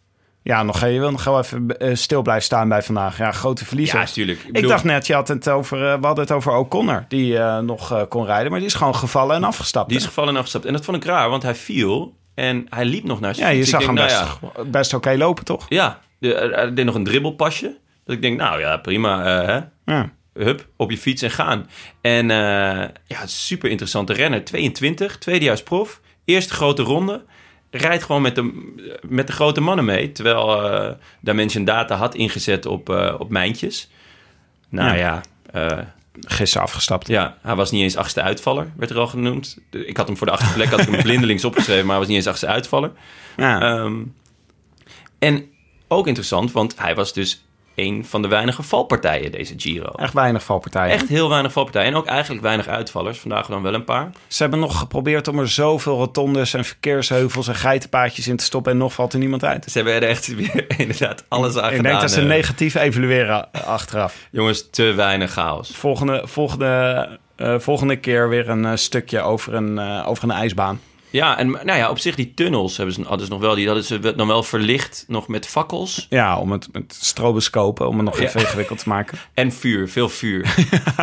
Ja, nog, je wil nog wel even uh, stil blijven staan bij vandaag. Ja, grote verliezers. Ja, natuurlijk. Ik, ik bedoel... dacht net, je had het over, uh, we hadden het over O'Connor, die uh, nog uh, kon rijden. Maar die is gewoon gevallen en afgestapt. Die is gevallen en afgestapt. En dat vond ik raar, want hij viel en hij liep nog naar zijn Ja, je fiets. zag ik hem denk, best, nou ja, best oké okay lopen, toch? Ja, hij deed nog een dribbelpasje. Dat ik denk, nou ja, prima. Uh, hè? Ja. Hup, op je fiets en gaan. En uh, ja, super interessante renner. tweeëntwintig, tweedejaars prof. Eerste grote ronde. Rijdt gewoon met de, met de grote mannen mee. Terwijl uh, Dimension Data had ingezet op, uh, op mijntjes. Nou ja... ja uh, gisteren afgestapt. Ja, hij was niet eens achtste uitvaller, werd er al genoemd. Ik had hem voor de achtste plek, had ik hem blindelings opgeschreven... maar hij was niet eens achtste uitvaller. Ja. Um, en ook interessant, want hij was dus... een van de weinige valpartijen deze Giro. Echt weinig valpartijen. Echt heel weinig valpartijen. En ook eigenlijk weinig uitvallers. Vandaag dan wel een paar. Ze hebben nog geprobeerd om er zoveel rotondes en verkeersheuvels en geitenpaadjes in te stoppen en nog valt er niemand uit. Ze hebben er echt weer inderdaad alles aan Ik gedaan. denk dat ze negatief evalueren achteraf. Jongens, te weinig chaos. Volgende, volgende, uh, volgende keer weer een uh, stukje over een, uh, over een ijsbaan. Ja, en nou ja, op zich die tunnels hebben ze, hadden ze nog wel, die hadden ze dan wel verlicht nog met fakkels. Ja, om het met stroboscopen, om het nog even ja. ingewikkeld te maken. En vuur, veel vuur.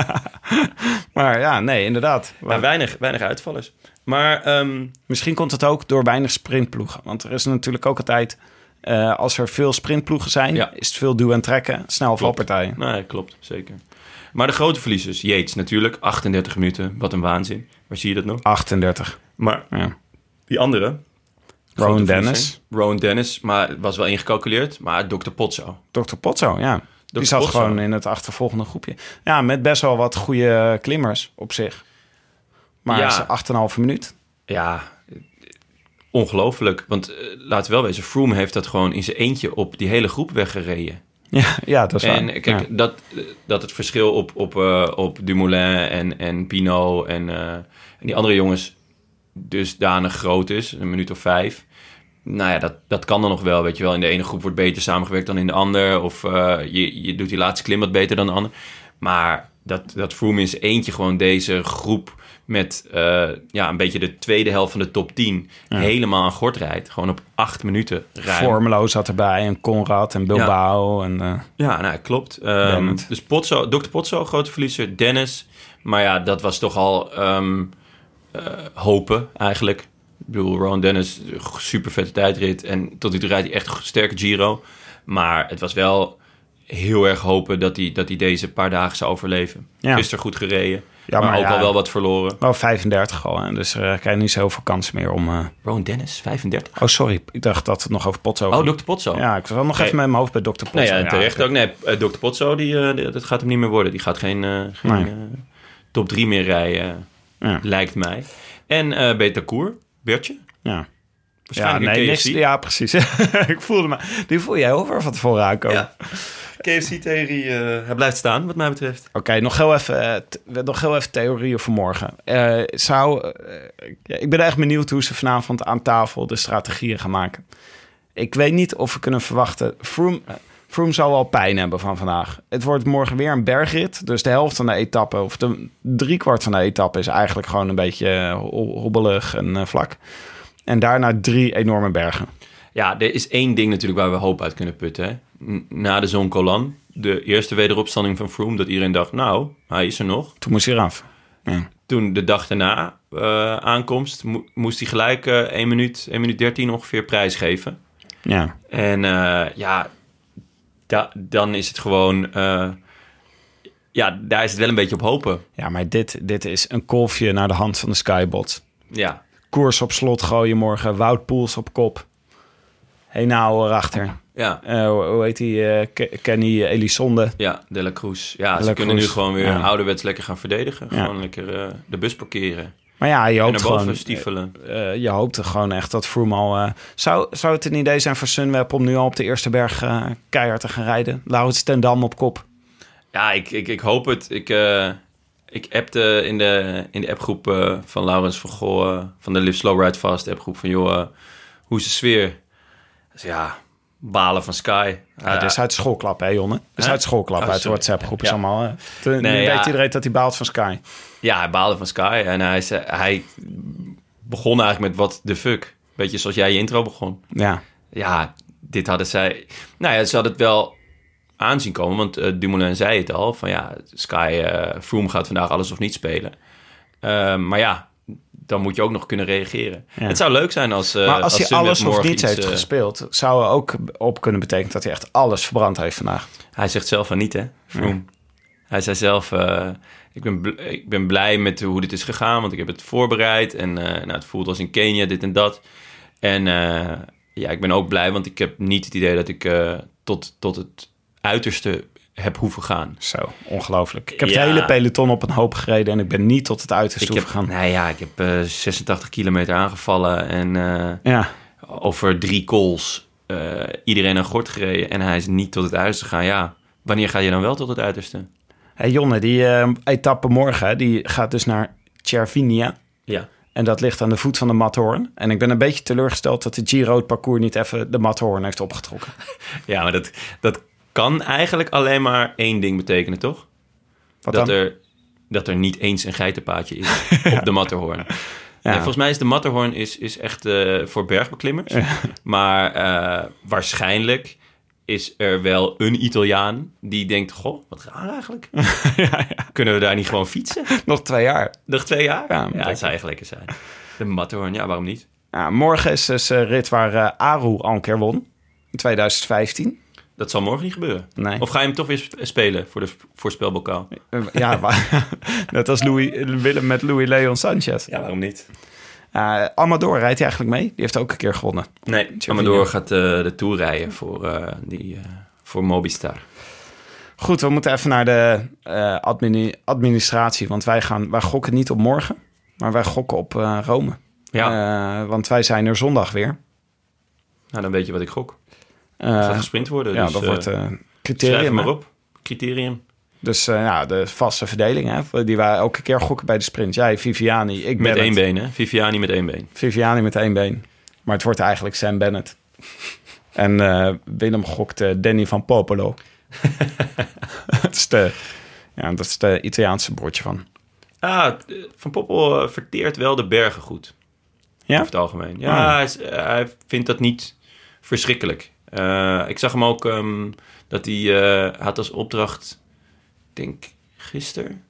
Maar ja, nee, inderdaad. Maar weinig, weinig uitvallers. Maar um... misschien komt het ook door weinig sprintploegen. Want er is natuurlijk ook altijd, uh, als er veel sprintploegen zijn, ja. is het veel duwen en trekken, snel valpartijen. Nee, klopt, zeker. Maar de grote verliezers, Yates natuurlijk, achtendertig minuten, wat een waanzin. Waar zie je dat nog? achtendertig. Maar ja. Die andere... Rowan Dennis. Rowan Dennis, maar het was wel ingecalculeerd. Maar dokter Pozzo. dokter Pozzo, ja. dokter Die zat Pozzo. Gewoon in het achtervolgende groepje. Ja, met best wel wat goede klimmers op zich. Maar ja. acht komma vijf minuut. Ja, ongelooflijk. Want uh, laten we wel wezen, Froome heeft dat gewoon in zijn eentje op die hele groep weggereden. Ja, ja, dat is en, waar. Kijk, ja. dat, dat het verschil op, op, uh, op Dumoulin en, en Pinot en, uh, en die andere jongens dusdanig groot is, een minuut of vijf. Nou ja, dat, dat kan dan nog wel, weet je wel. In de ene groep wordt beter samengewerkt dan in de ander. Of uh, je, je doet die laatste klim wat beter dan de ander. Maar dat, dat Froome in zijn eentje gewoon deze groep met uh, ja, een beetje de tweede helft van de top tien ja. helemaal aan gort rijdt. Gewoon op acht minuten rijden. Formelo zat erbij en Conrad en Bilbao. Ja, en, uh, ja nou, klopt. Um, dus Pozzo, dokter Pozzo, grote verliezer. Dennis. Maar ja, dat was toch al um, uh, hopen eigenlijk. Ik bedoel, Rowan Dennis, super vette tijdrit. En tot nu toe rijdt hij echt een sterke Giro. Maar het was wel heel erg hopen dat hij, dat hij deze paar dagen zou overleven. Ja. Gisteren goed gereden. Ja, maar, maar ook ja, al wel wat verloren. Wel vijfendertig al, hè? Dus uh, krijg je niet zoveel kans meer om... Uh... Rowan Dennis, vijfendertig? Oh, sorry. Ik dacht dat het nog over Pozzo Oh, dokter Pozzo. Ja, ik was wel nog nee. even met mijn hoofd bij dokter Pozzo. Nee, ja, terecht ja, ook. Nee, uh, dokter Pozzo, die, uh, die, dat gaat hem niet meer worden. Die gaat geen, uh, geen nee. uh, top drie meer rijden, ja. lijkt mij. En uh, Betancur, Bertje. Ja. Waarschijnlijk ja, nee, K F C. Niks, ja, precies. Ik voelde me... Die voel jij over van tevoren aankomen. Ja. K F C-theorie, uh, hij blijft staan, wat mij betreft. Oké, okay, nog heel even, t- nog heel even theorieën voor morgen. Uh, zou, uh, ja, ik ben echt benieuwd hoe ze vanavond aan tafel de strategieën gaan maken. Ik weet niet of we kunnen verwachten... Froome, uh, Froome zal wel pijn hebben van vandaag. Het wordt morgen weer een bergrit. Dus de helft van de etappe, of de driekwart van de etappe... is eigenlijk gewoon een beetje hobbelig en uh, vlak. En daarna drie enorme bergen. Ja, er is één ding natuurlijk waar we hoop uit kunnen putten. Hè? Na de Zoncolan, de eerste wederopstanding van Froome... dat iedereen dacht, nou, hij is er nog. Toen moest hij eraf. Ja. Toen de dag daarna uh, aankomst... Mo- moest hij gelijk uh, één minuut, één minuut dertien ongeveer prijsgeven. Ja. En uh, ja, da- dan is het gewoon... Uh, ja, daar is het wel een beetje op hopen. Ja, maar dit, dit is een kolfje naar de hand van de Skybot. Ja. Koers op slot gooien morgen. Wout Poels op kop. Henao erachter. Ja. Uh, hoe heet die? Uh, Kenny Elissonde. Ja, De La Cruz. Ja, De ze La kunnen Cruz. nu gewoon weer ja. ouderwets lekker gaan verdedigen. Ja. Gewoon lekker uh, de bus parkeren. Maar ja, je hoopt en naar boven gewoon... stiefelen. Uh, je hoopt er gewoon echt dat Froome al... Uh, zou, zou het een idee zijn voor Sunweb om nu al op de eerste berg uh, keihard te gaan rijden? Laurens ten Dam op kop. Ja, ik, ik, ik hoop het. Ik... Uh... Ik appte in de, in de appgroep uh, van Laurens van Goh, uh, van de Live Slow Ride Fast appgroep van joh, uh, hoe is de sfeer? Dus ja, balen van Sky. Uh, ja, dit is uit schoolklap, hè, Jonne? Dit is uit schoolklap, oh, uit de WhatsApp-groep. Ja. Is allemaal, hè? Toen, nee, nu ja. weet iedereen dat hij baalt van Sky. Ja, hij baalde van Sky en hij, zei, hij begon eigenlijk met wat de fuck. Beetje zoals jij je intro begon. Ja. Ja, dit hadden zij... Nou ja, ze hadden het wel aanzien komen. Want uh, Dumoulin zei het al. Van ja, Sky, uh, Froome gaat vandaag alles of niet spelen. Uh, maar ja, dan moet je ook nog kunnen reageren. Ja. Het zou leuk zijn als... Uh, maar als, als hij alles of niets iets, heeft uh, gespeeld... zou er ook op kunnen betekenen dat hij echt alles verbrand heeft vandaag. Hij zegt zelf van niet, hè, Froome. Ja. Hij zei zelf... Uh, ik, ben bl- ik ben blij met hoe dit is gegaan... want ik heb het voorbereid... en uh, nou, het voelt als in Kenia, dit en dat. En uh, ja, ik ben ook blij... want ik heb niet het idee dat ik uh, tot, tot het uiterste... heb hoeven gaan. Zo, ongelooflijk. Ik heb ja. het hele peloton op een hoop gereden... en ik ben niet tot het uiterste ik hoeven heb, gaan. Nou ja, ik heb uh, zesentachtig kilometer aangevallen... en uh, ja. over drie calls uh, iedereen een gort gereden... en hij is niet tot het uiterste gegaan. Ja, wanneer ga je dan wel tot het uiterste? Hey Jonne, die uh, etappe morgen... die gaat dus naar Cervinia. Ja. En dat ligt aan de voet van de Matterhorn. En ik ben een beetje teleurgesteld... dat de Giro het parcours niet even de Matterhorn heeft opgetrokken. Ja, maar dat... dat kan eigenlijk alleen maar één ding betekenen, toch? Wat dat, dan? er, dat er niet eens een geitenpaadje is op de Matterhorn. Ja. Nee, volgens mij is de Matterhorn is, is echt uh, voor bergbeklimmers. Ja. Maar uh, waarschijnlijk is er wel een Italiaan die denkt... Goh, wat raar eigenlijk. ja, ja. Kunnen we daar niet gewoon fietsen? Nog twee jaar. Nog twee jaar? Ja, ja dat zou eigenlijk lekker zijn. De Matterhorn, ja, waarom niet? Ja, morgen is dus een rit waar uh, Aru al een keer won. In twintig vijftien. Dat zal morgen niet gebeuren. Nee. Of ga je hem toch weer spelen voor de voorspelbokaal? Ja, maar, net als Louis, Willem met Louis Leon Sanchez. Ja, waarom niet? Uh, Amador rijdt hij eigenlijk mee? Die heeft ook een keer gewonnen. Nee, Amador gaat uh, de Tour rijden voor, uh, die, uh, voor Mobistar. Goed, we moeten even naar de uh, admini- administratie. Want wij, gaan, wij gokken niet op morgen, maar wij gokken op uh, Rome. Ja. Uh, want wij zijn er zondag weer. Nou, dan weet je wat ik gok. Uh, het gaat gesprint worden. Ja, dus, dat uh, wordt uh, criterium. Schrijf maar op. Criterium. Dus uh, ja, de vaste verdeling, hè, die wij elke keer gokken bij de sprint. Jij, Viviani, ik Met één Bennett. been, hè? Viviani met één been. Viviani met één been. Maar het wordt eigenlijk Sam Bennett. En uh, Willem gokt uh, Danny van Popolo. dat, is de, ja, dat is de Italiaanse broertje van. Ah, Van Poppel uh, verteert wel de bergen goed. Ja? Over het algemeen. Ja, oh. hij, is, uh, hij vindt dat niet verschrikkelijk. Uh, ik zag hem ook um, dat hij uh, had als opdracht... Ik denk gisteren.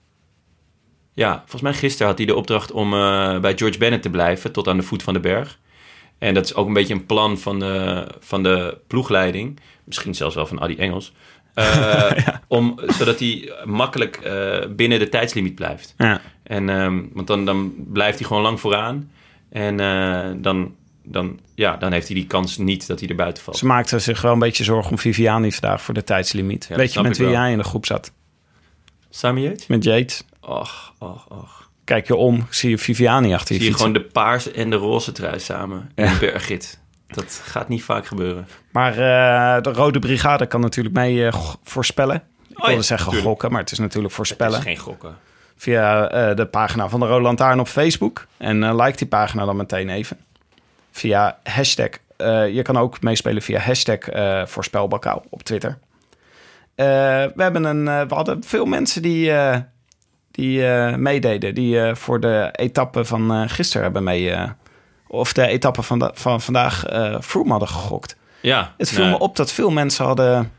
Ja, volgens mij gisteren had hij de opdracht om uh, bij George Bennett te blijven tot aan de voet van de berg. En dat is ook een beetje een plan van de, van de ploegleiding. Misschien zelfs wel van Adi Engels. Uh, ja. om, zodat hij makkelijk uh, binnen de tijdslimiet blijft. Ja. En, um, want dan, dan blijft hij gewoon lang vooraan. En uh, dan, dan, ja, dan heeft hij die kans niet dat hij er buiten valt. Ze maakten zich wel een beetje zorgen om Viviani vandaag voor de tijdslimiet. Ja, weet je met wie wel. jij in de groep zat? Samen Yates? Met Yates. Och, och, och. Kijk je om, zie je Viviani achter je Zie je fietsen. gewoon de paarse en de roze trui samen in Ja. een bergrit. Dat gaat niet vaak gebeuren. Maar uh, de Rode Brigade kan natuurlijk mee uh, g- voorspellen. Ik Oh wilde ja, zeggen tuurlijk. gokken, maar het is natuurlijk voorspellen. Het is geen gokken. Via uh, de pagina van de Rode Lantaarn op Facebook. En uh, like die pagina dan meteen even. Via hashtag. Uh, je kan ook meespelen via hashtag uh, voorspelbokaal op Twitter. Uh, we, hebben een, uh, we hadden veel mensen die, uh, die uh, meededen. Die uh, voor de etappe van uh, gisteren hebben mee... Uh, of de etappe van, da- van vandaag uh, Froome hadden gegokt. Ja. Het viel nee. me op dat veel mensen hadden...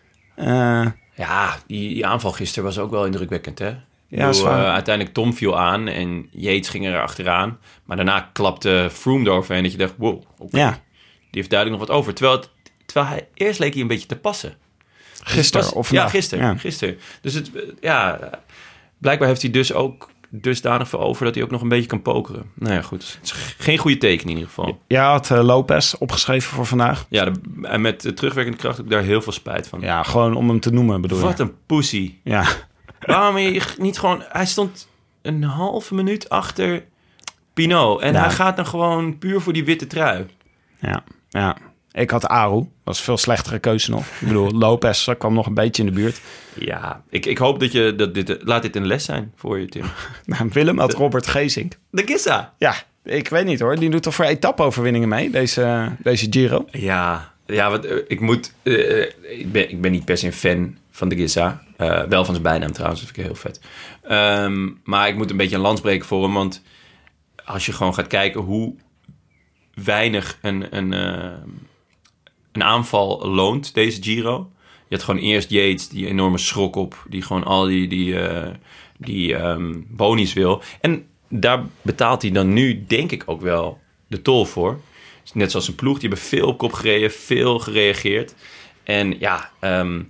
Uh, Ja, die, die aanval gisteren was ook wel indrukwekkend, hè? Ja, bedoel, zwaar. uh, uiteindelijk Tom viel aan en Yates ging er achteraan. Maar daarna klapte Froome eroverheen dat je dacht, wow, oké. Ja. Die heeft duidelijk nog wat over. Terwijl, het, terwijl hij eerst leek hij een beetje te passen. Dus Gisteren het was- of vandaag? Ja, gisteren. Ja. gisteren. Dus het, uh, ja, blijkbaar heeft hij dus ook dusdanig veel over dat hij ook nog een beetje kan pokeren. Nou ja, goed. Het is geen goede teken in ieder geval. Jij had uh, Lopez opgeschreven voor vandaag. Ja, de, en met de terugwerkende kracht heb ik daar heel veel spijt van. Ja, gewoon om hem te noemen bedoel je. Wat een pussy. Ja. Waarom je niet gewoon... Hij stond een halve minuut achter Pinot. En Ja. hij gaat dan gewoon puur voor die witte trui. Ja, ja. Ik had Aru. Was een veel slechtere keuze nog. Ik bedoel, Lopez kwam nog een beetje in de buurt. Ja, ik, ik hoop dat je... Dat dit, laat dit een les zijn voor je, Tim. Nou, Willem had Robert Geesink. De Gissa. Ja, ik weet niet hoor. Die doet toch voor etappe-overwinningen mee, deze, deze Giro? Ja, ja wat, uh, ik moet... Uh, ik, ben, ik ben niet per se een fan van de Gissa. Uh, wel van zijn bijnaam trouwens, dat vind ik heel vet. Um, maar ik moet een beetje een lans breken voor hem. Want als je gewoon gaat kijken hoe weinig een... een uh, een aanval loont, deze Giro. Je had gewoon eerst Yates, die enorme schrok op, die gewoon al die, die, uh, die um, bonies wil. En daar betaalt hij dan nu, denk ik, ook wel de tol voor. Net zoals een ploeg, die hebben veel op kop gereden, veel gereageerd. En ja, um,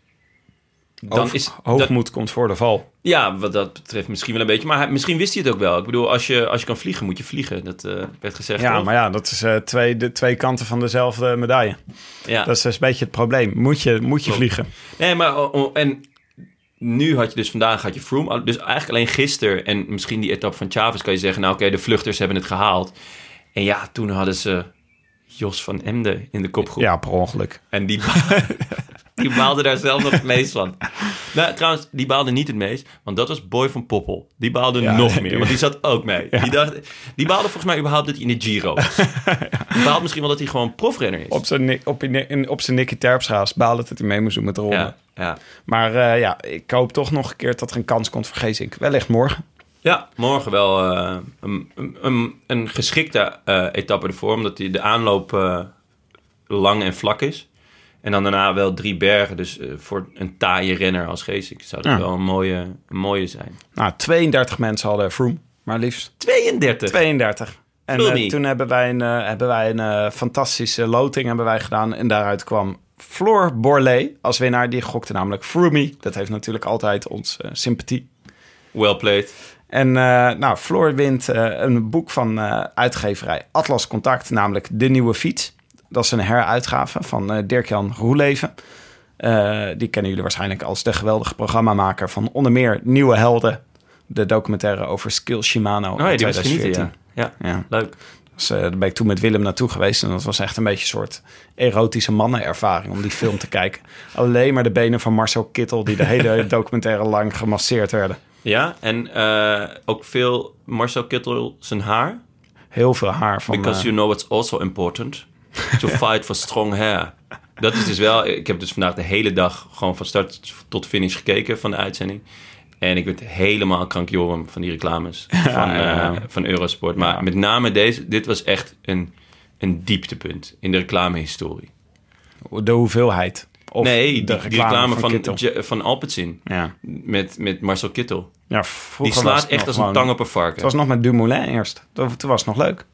dan Hoog, is... hoogmoed dat, komt voor de val. Ja, wat dat betreft misschien wel een beetje. Maar hij, misschien wist hij het ook wel. Ik bedoel, als je, als je kan vliegen, moet je vliegen. Dat uh, werd gezegd. Ja, toch? maar ja, dat is uh, twee, de twee kanten van dezelfde medaille. Ja. Dat is dus een beetje het probleem. Moet je, moet je Klopt. vliegen? Nee, maar... Oh, oh, en nu had je dus vandaag had je Froome. Dus eigenlijk alleen gisteren en misschien die etappe van Chaves kan je zeggen... nou oké, okay, de vluchters hebben het gehaald. En ja, toen hadden ze Jos van Emden in de kopgroep. Ja, per ongeluk. En die... Die baalde daar zelf nog het meest van. Nou, trouwens, die baalde niet het meest, want dat was Boy van Poppel. Die baalde ja, nog meer, want die zat ook mee. Ja. Die, dacht, die baalde volgens mij überhaupt dat hij in de Giro was. Ja. Die baalde misschien wel dat hij gewoon profrenner is. Op zijn, op, in, op zijn Nicky Terpstra baalde dat hij mee moest doen met de ronde. Ja, ja. Maar uh, ja, ik hoop toch nog een keer dat er een kans komt voor Geesink. Wellicht morgen. Ja, morgen wel uh, een, een, een geschikte uh, etappe ervoor, omdat die, de aanloop uh, lang en vlak is. En dan daarna wel drie bergen. Dus uh, voor een taaie renner als Geesink zou dat ja. wel een mooie, een mooie zijn. Nou, tweeëndertig mensen hadden Froome, maar liefst. tweeëndertig? tweeëndertig. En uh, toen hebben wij een, uh, hebben wij een uh, fantastische loting hebben wij gedaan. En daaruit kwam Floor Borlée als winnaar. Die gokte namelijk Froome. Dat heeft natuurlijk altijd ons uh, sympathie. Well played. En uh, nou, Floor wint uh, een boek van uh, uitgeverij Atlas Contact, namelijk De Nieuwe Fiets. Dat is een heruitgave van uh, Dirk-Jan Roeleven. Uh, die kennen jullie waarschijnlijk als de geweldige programmamaker van onder meer Nieuwe Helden. De documentaire over Skill Shimano. Oh ja, die twintig veertien. was genieten, ja. Ja, ja. Leuk. Dus, uh, daar ben ik toen met Willem naartoe geweest. En dat was echt een beetje een soort erotische mannenervaring om die film te kijken. Alleen maar de benen van Marcel Kittel die de hele documentaire lang gemasseerd werden. Ja, en uh, ook veel Marcel Kittel zijn haar. Heel veel haar. Van, Because uh, you know it's also important to fight for strong hair. Dat is dus wel... Ik heb dus vandaag de hele dag gewoon van start tot finish gekeken van de uitzending. En ik werd helemaal krankjorum van die reclames van, ja, ja. Uh, van Eurosport. Maar ja. met name deze... Dit was echt een, een dieptepunt in de reclamehistorie. De hoeveelheid? Of nee, de die reclame, die reclame van, van, van, van Alpecin. Ja. Met, met Marcel Kittel. Ja, die slaat echt als een tang op een varken. Het was nog met Dumoulin eerst. Toen was het nog leuk.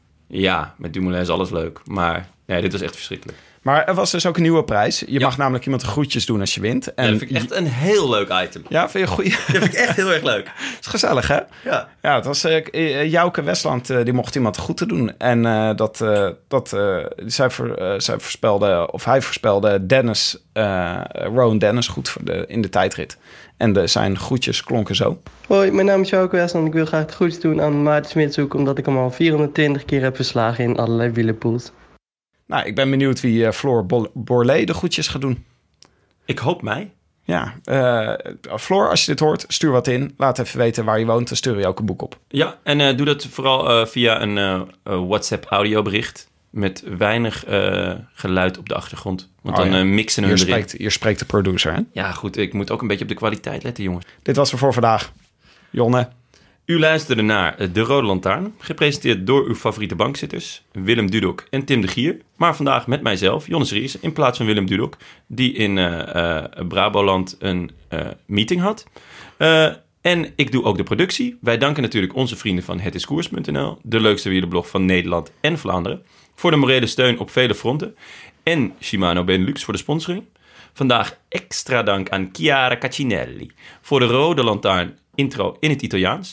Ja, met Dumoulin is alles leuk. Maar nee, dit was echt verschrikkelijk. Maar er was dus ook een nieuwe prijs. Je ja. mag namelijk iemand de groetjes doen als je wint. En ja, dat vind ik echt een heel leuk item. Ja, vind je goed? Dat vind ik echt heel erg leuk. Het is gezellig, hè? Ja. Ja, het was uh, Jouke Westland, uh, die mocht iemand de groeten doen. En uh, dat, uh, dat uh, zij, voor, uh, zij voorspelde, of hij voorspelde Dennis, uh, Rowan Dennis goed voor de, in de tijdrit. En de, zijn groetjes klonken zo. Hoi, mijn naam is Jouke Westland. Ik wil graag de groetjes doen aan Maarten Smitshoek, omdat ik hem al vierhonderdtwintig keer heb verslagen in allerlei wielerpools. Nou, ik ben benieuwd wie uh, Floor Borlée de groetjes gaat doen. Ik hoop mij. Ja, uh, Floor, als je dit hoort, stuur wat in. Laat even weten waar je woont, dan stuur je ook een boek op. Ja, en uh, doe dat vooral uh, via een uh, uh, WhatsApp-audiobericht met weinig uh, geluid op de achtergrond. Want oh, dan ja. uh, mixen hun hier erin. Spreekt, hier spreekt de producer, hè? Ja, goed. Ik moet ook een beetje op de kwaliteit letten, jongens. Dit was er voor vandaag. Jonne. U luisterde naar De Rode Lantaarn, gepresenteerd door uw favoriete bankzitters, Willem Dudok en Tim de Gier. Maar vandaag met mijzelf, Jonas Ries, in plaats van Willem Dudok, die in uh, uh, Braboland een uh, meeting had. Uh, en ik doe ook de productie. Wij danken natuurlijk onze vrienden van hetiskoers punt n l, de leukste wielerblog van Nederland en Vlaanderen, voor de morele steun op vele fronten. En Shimano Benelux voor de sponsoring. Vandaag extra dank aan Chiara Caccinelli voor de Rode Lantaarn intro in het Italiaans.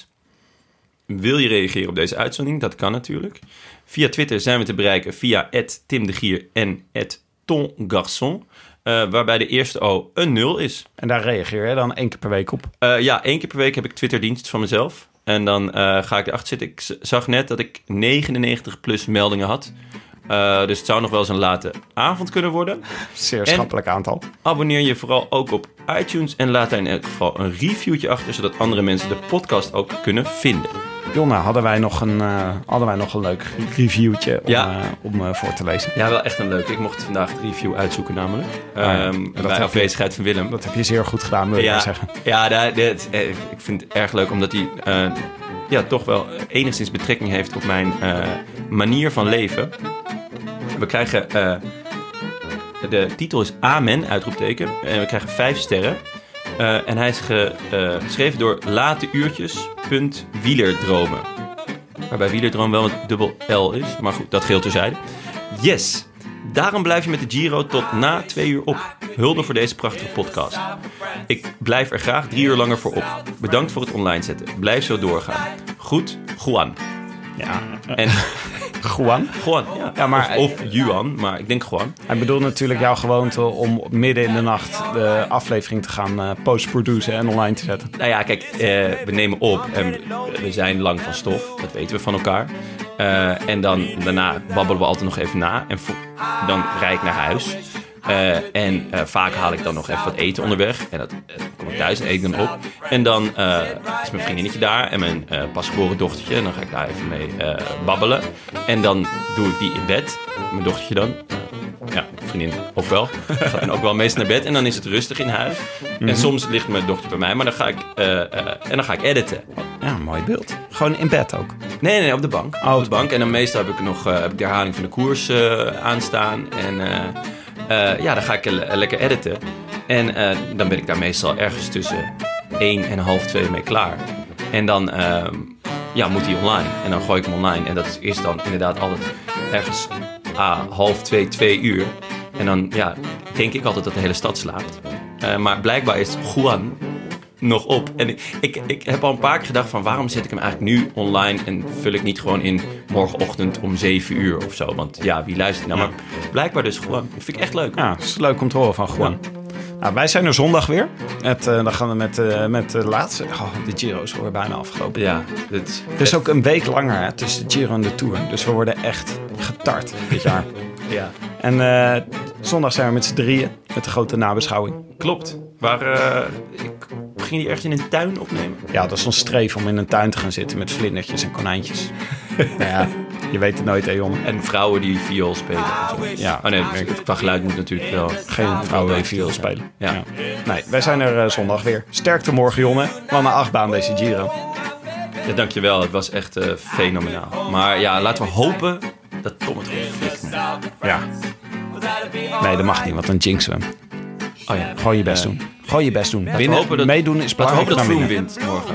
Wil je reageren op deze uitzending? Dat kan natuurlijk. Via Twitter zijn we te bereiken via at Tim de Gier en at Ton Garçon. Uh, waarbij de eerste O een nul is. En daar reageer je dan één keer per week op? Uh, ja, één keer per week heb ik Twitterdienst van mezelf. En dan uh, ga ik erachter zitten. Ik zag net dat ik negenennegentig plus meldingen had. Uh, dus het zou nog wel eens een late avond kunnen worden. Zeer schappelijk aantal. Abonneer je vooral ook op iTunes en laat daar in elk geval een reviewtje achter, zodat andere mensen de podcast ook kunnen vinden. Jonna, hadden wij nog een, uh, hadden wij nog een leuk reviewtje om, ja. uh, om uh, voor te lezen? Ja, wel echt een leuk. Ik mocht vandaag de review uitzoeken namelijk. Ah, ja. um, dat bij afwezigheid van Willem. Dat heb je zeer goed gedaan, wil ik ja, maar zeggen. Ja, dat, dat, ik vind het erg leuk omdat hij uh, ja, toch wel enigszins betrekking heeft op mijn uh, manier van leven. We krijgen uh, de titel is Amen, uitroepteken. En we krijgen vijf sterren. Uh, en hij is ge, uh, geschreven door lateuurtjes.wielerdromen. Waarbij wielerdroom wel een dubbel L is. Maar goed, dat geheel terzijde. Yes! Daarom blijf je met de Giro tot na twee uur op. Hulde voor deze prachtige podcast. Ik blijf er graag drie uur langer voor op. Bedankt voor het online zetten. Blijf zo doorgaan. Goed, Juan. Ja. En... Juan? Juan, ja. ja maar, of, of Juan, maar ik denk Juan. Hij bedoelt natuurlijk jouw gewoonte om midden in de nacht de aflevering te gaan uh, post-produceren en online te zetten. Nou ja, kijk, uh, we nemen op en we zijn lang van stof. Dat weten we van elkaar. Uh, en dan daarna babbelen we altijd nog even na. En vo- dan rijd ik naar huis. Uh, en uh, vaak haal ik dan nog even wat eten onderweg. En dat uh, kom ik thuis en eet ik dan op. En dan uh, is mijn vriendinnetje daar en mijn uh, pasgeboren dochtertje. En dan ga ik daar even mee uh, babbelen. En dan doe ik die in bed. Mijn dochtertje dan. Uh, ja, vriendin ook wel. Gaat dan ook wel meestal naar bed. En dan is het rustig in huis. Mm-hmm. En soms ligt mijn dochter bij mij. Maar dan ga ik, uh, uh, en dan ga ik editen. Ja, een mooi beeld. Gewoon in bed ook? Nee, nee, op de bank. Oh, op de bank. En dan meestal heb ik nog uh, heb ik de herhaling van de koers uh, aanstaan. En... Uh, Uh, ja, dan ga ik le- lekker editen. En uh, dan ben ik daar meestal ergens tussen één en half twee mee klaar. En dan uh, ja, moet hij online. En dan gooi ik hem online. En dat is eerst dan inderdaad altijd ergens ah, half twee, twee uur. En dan ja, denk ik altijd dat de hele stad slaapt. Uh, maar blijkbaar is Juan nog op. En ik, ik, ik heb al een paar keer gedacht van waarom zet ik hem eigenlijk nu online en vul ik niet gewoon in morgenochtend om zeven uur of zo. Want ja, wie luistert nou? Maar blijkbaar dus gewoon. Dat vind ik echt leuk. Ja, het is leuk om te horen van Juan. Ja. Nou, wij zijn er zondag weer. Het, uh, dan gaan we met, uh, met de laatste... Oh, de Giro is alweer bijna afgelopen. Ja. Het er is ook een week langer hè, tussen de Giro en de Tour. Dus we worden echt getart dit jaar. Ja. En uh, zondag zijn we met z'n drieën met de grote nabeschouwing. Klopt. Waar uh, ik ging die ergens in een tuin opnemen? Ja, dat is ons streef om in een tuin te gaan zitten met vlindertjes en konijntjes. Nou ja, je weet het nooit, hè, jongen. En vrouwen die viool spelen. Ja. Oh nee, het qua geluid moet natuurlijk wel. Geen vrouwen die viool spelen. Ja. Ja. Nee, wij zijn er uh, zondag weer. Sterkte morgen, jongen. Wat een achtbaan deze Giro. Ja, dankjewel. Het was echt uh, fenomenaal. Maar ja, laten we hopen dat Tom het gewoon flikt. Ja. Nee, dat mag niet, wat een jinx we. Oh ja. Gewoon je best doen. Gewoon je best doen. Ja, winnen, dat, meedoen is belangrijk. Laten we hopen dat Froome wint morgen.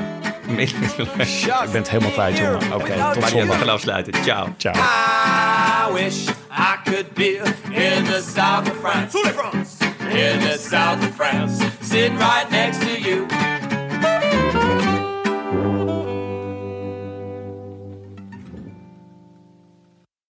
Ik ben het helemaal kwijt, jongen. Oké, okay, tot zondag. We gaan afsluiten. Ciao. Ciao. I wish I could be in the south of France. In the south of France. Sitting right next to you.